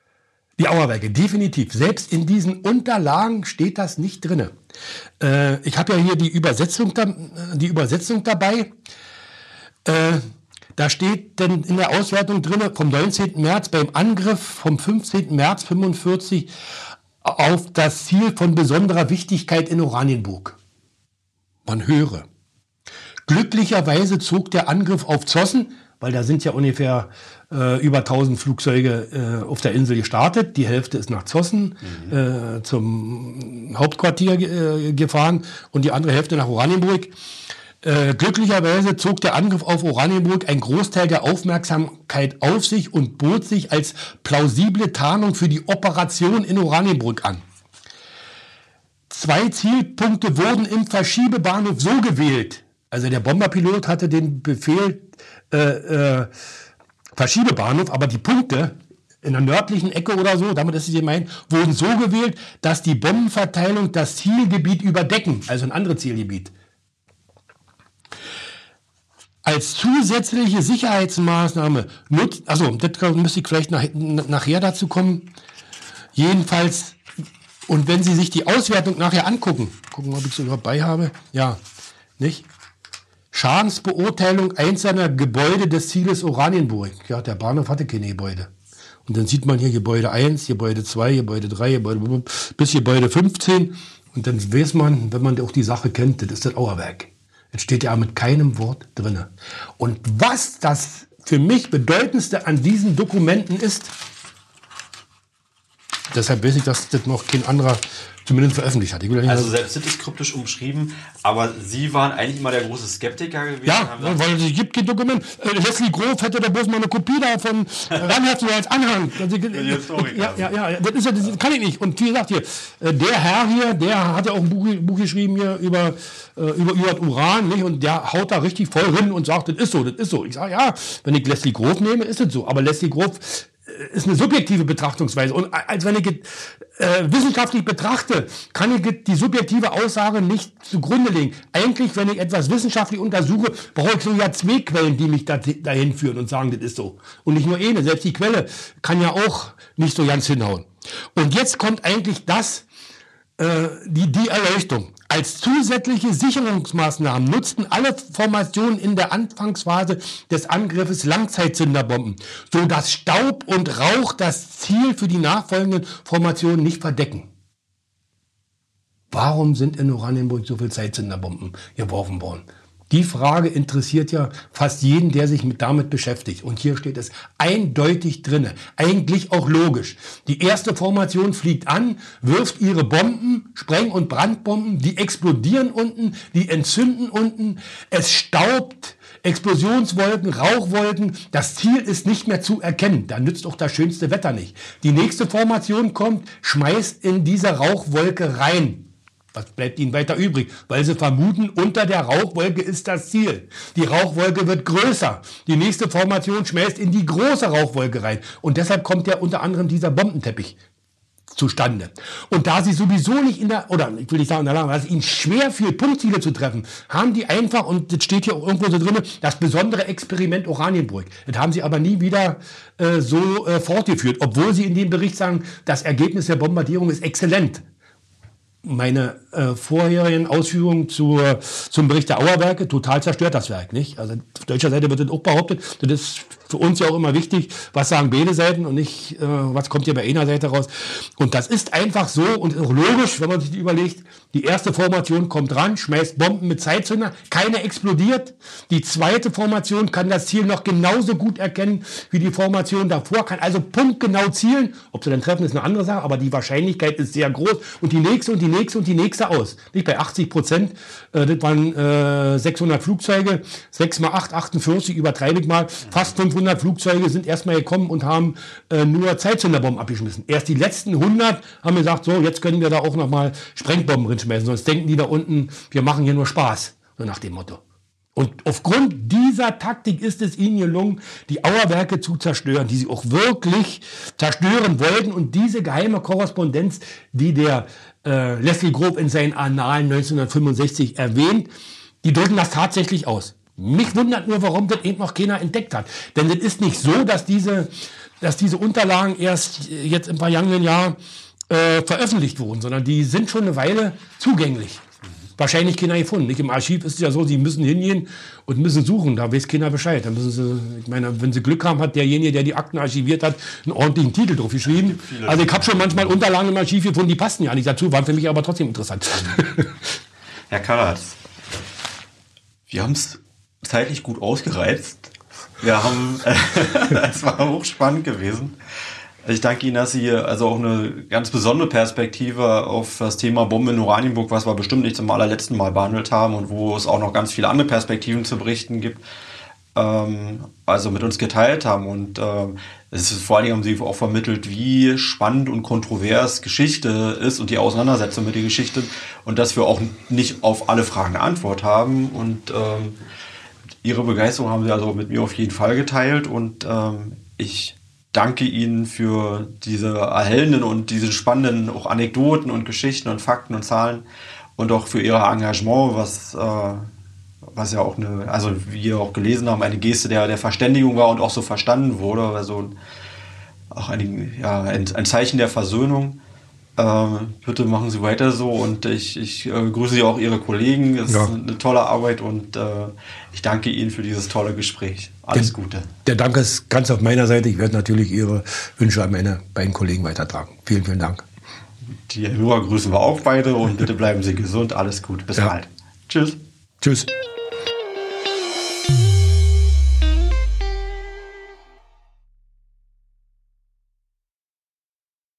Die Auerwerke, definitiv. Selbst in diesen Unterlagen steht das nicht drin. Äh, ich habe ja hier die Übersetzung, da, die Übersetzung dabei. Äh, da steht denn in der Auswertung drin vom neunzehnten März beim Angriff vom fünfzehnten März fünfundvierzig auf das Ziel von besonderer Wichtigkeit in Oranienburg. Man höre. Glücklicherweise zog der Angriff auf Zossen, weil da sind ja ungefähr äh, über tausend Flugzeuge äh, auf der Insel gestartet. Die Hälfte ist nach Zossen mhm. äh, zum Hauptquartier äh, gefahren und die andere Hälfte nach Oranienburg. Äh, glücklicherweise zog der Angriff auf Oranienburg einen Großteil der Aufmerksamkeit auf sich und bot sich als plausible Tarnung für die Operation in Oranienburg an. Zwei Zielpunkte wurden im Verschiebebahnhof so gewählt. Also der Bomberpilot hatte den Befehl äh, äh, Verschiebebahnhof, aber die Punkte in der nördlichen Ecke oder so, damit ist es gemeint, wurden so gewählt, dass die Bombenverteilung das Zielgebiet überdecken, also ein anderes Zielgebiet. Als zusätzliche Sicherheitsmaßnahme nutzt, also das müsste ich vielleicht nach, nachher dazu kommen, jedenfalls, und wenn Sie sich die Auswertung nachher angucken, gucken, ob ich es dabei habe, ja, nicht? Schadensbeurteilung einzelner Gebäude des Zieles Oranienburg. Ja, der Bahnhof hatte keine Gebäude. Und dann sieht man hier Gebäude eins, Gebäude zwei, Gebäude drei, Gebäude bis Gebäude fünfzehn. Und dann weiß man, wenn man auch die Sache kennt, das ist das Auerwerk. Jetzt steht ja mit keinem Wort drin. Und was das für mich Bedeutendste an diesen Dokumenten ist, deshalb weiß ich, dass das noch kein anderer zumindest veröffentlicht hat. Ich will ja nicht also selbst das ist kryptisch umschrieben, aber Sie waren eigentlich immer der große Skeptiker gewesen. Ja, weil es gibt kein Dokument. Äh, Leslie Grof hätte da bloß mal eine Kopie davon ranheften als Anhang. Also, ja, ja, ja, das, ist ja, das kann ich nicht. Und wie gesagt hier, äh, der Herr hier, der hat ja auch ein Buch, Buch geschrieben hier über, äh, über, über das Uran, nicht? Und der haut da richtig voll hin und sagt, das ist so, das ist so. Ich sage, ja, wenn ich Leslie Grof nehme, ist es so. Aber Leslie Grof ist eine subjektive Betrachtungsweise. Und als wenn ich äh, wissenschaftlich betrachte, kann ich die subjektive Aussage nicht zugrunde legen. Eigentlich, wenn ich etwas wissenschaftlich untersuche, brauche ich so ja zwei Quellen, die mich da, dahin führen und sagen, das ist so. Und nicht nur eine. Selbst die Quelle kann ja auch nicht so ganz hinhauen. Und jetzt kommt eigentlich das, äh, die, die Erleuchtung. Als zusätzliche Sicherungsmaßnahmen nutzten alle Formationen in der Anfangsphase des Angriffes Langzeitzünderbomben, so dass Staub und Rauch das Ziel für die nachfolgenden Formationen nicht verdecken. Warum sind in Oranienburg so viele Zeitzünderbomben geworfen worden? Die Frage interessiert ja fast jeden, der sich mit damit beschäftigt. Und hier steht es eindeutig drinne, eigentlich auch logisch. Die erste Formation fliegt an, wirft ihre Bomben, Spreng- und Brandbomben, die explodieren unten, die entzünden unten, es staubt, Explosionswolken, Rauchwolken, das Ziel ist nicht mehr zu erkennen. Da nützt auch das schönste Wetter nicht. Die nächste Formation kommt, schmeißt in diese Rauchwolke rein. Was bleibt ihnen weiter übrig? Weil sie vermuten, unter der Rauchwolke ist das Ziel. Die Rauchwolke wird größer. Die nächste Formation schmeißt in die große Rauchwolke rein. Und deshalb kommt ja unter anderem dieser Bombenteppich zustande. Und da sie sowieso nicht in der, oder ich will nicht sagen in der Lage, dass es ihnen schwer fiel, Punktziele zu treffen, haben die einfach, und das steht hier irgendwo so drin, das besondere Experiment Oranienburg. Das haben sie aber nie wieder äh, so äh, fortgeführt, obwohl sie in dem Bericht sagen, das Ergebnis der Bombardierung ist exzellent. Meine äh, vorherigen Ausführungen zur, zum Bericht der Auerwerke, total zerstört das Werk, nicht? Also auf deutscher Seite wird das auch behauptet, das ist für uns ja auch immer wichtig, was sagen beide Seiten und nicht, äh, was kommt hier bei einer Seite raus. Und das ist einfach so und auch logisch, wenn man sich überlegt, die erste Formation kommt ran, schmeißt Bomben mit Zeitzünder, keine explodiert. Die zweite Formation kann das Ziel noch genauso gut erkennen wie die Formation davor, kann also punktgenau zielen. Ob sie dann treffen, ist eine andere Sache, aber die Wahrscheinlichkeit ist sehr groß. Und die nächste und die nächste und die nächste aus. Nicht bei achtzig Prozent, äh, das waren äh, sechshundert Flugzeuge, sechs mal acht, achtundvierzig, übertreibe ich mal, fast fünfhundert Flugzeuge sind erstmal gekommen und haben äh, nur Zeitzünderbomben abgeschmissen. Erst die letzten hundert haben gesagt, so, jetzt können wir da auch nochmal Sprengbomben rinschmeißen, sonst denken die da unten, wir machen hier nur Spaß, so nach dem Motto. Und aufgrund dieser Taktik ist es ihnen gelungen, die Auerwerke zu zerstören, die sie auch wirklich zerstören wollten. Und diese geheime Korrespondenz, die der äh, Leslie Grob in seinen Annalen neunzehnhundertfünfundsechzig erwähnt, die drücken das tatsächlich aus. Mich wundert nur, warum das eben noch keiner entdeckt hat. Denn es ist nicht so, dass diese, dass diese Unterlagen erst jetzt im vergangenen Jahr äh, veröffentlicht wurden, sondern die sind schon eine Weile zugänglich. Wahrscheinlich keiner gefunden. Nicht? Im Archiv ist es ja so, sie müssen hingehen und müssen suchen. Da weiß keiner Bescheid. Da müssen sie, ich meine, wenn sie Glück haben, hat derjenige, der die Akten archiviert hat, einen ordentlichen Titel drauf geschrieben. Also ich habe schon manchmal Unterlagen im Archiv gefunden, die passten ja nicht dazu, waren für mich aber trotzdem interessant. Herr Karatz, wir haben es zeitlich gut ausgereizt. Wir haben, es war hochspannend gewesen. Ich danke Ihnen, dass Sie also auch eine ganz besondere Perspektive auf das Thema Bomben in Oranienburg, was wir bestimmt nicht zum allerletzten Mal behandelt haben und wo es auch noch ganz viele andere Perspektiven zu berichten gibt, ähm, also mit uns geteilt haben. Und äh, es ist, vor allen Dingen haben Sie auch vermittelt, wie spannend und kontrovers Geschichte ist und die Auseinandersetzung mit der Geschichte und dass wir auch nicht auf alle Fragen eine Antwort haben. Und ähm, Ihre Begeisterung haben Sie also mit mir auf jeden Fall geteilt und ähm, ich danke Ihnen für diese erhellenden und diese spannenden auch Anekdoten und Geschichten und Fakten und Zahlen und auch für Ihr Engagement, was, äh, was ja auch eine, also wie wir auch gelesen haben, eine Geste der, der Verständigung war und auch so verstanden wurde, also auch ein, ja, ein, ein Zeichen der Versöhnung. Äh, bitte machen Sie weiter so und ich, ich äh, grüße Sie auch Ihre Kollegen. Es ja. ist eine tolle Arbeit und äh, ich danke Ihnen für dieses tolle Gespräch. Alles der, Gute. Der Dank ist ganz auf meiner Seite. Ich werde natürlich Ihre Wünsche an meine beiden Kollegen weitertragen. Vielen, vielen Dank. Die Hörer grüßen wir auch beide und bitte bleiben Sie gesund. Alles gut. Bis ja. bald. Tschüss. Tschüss.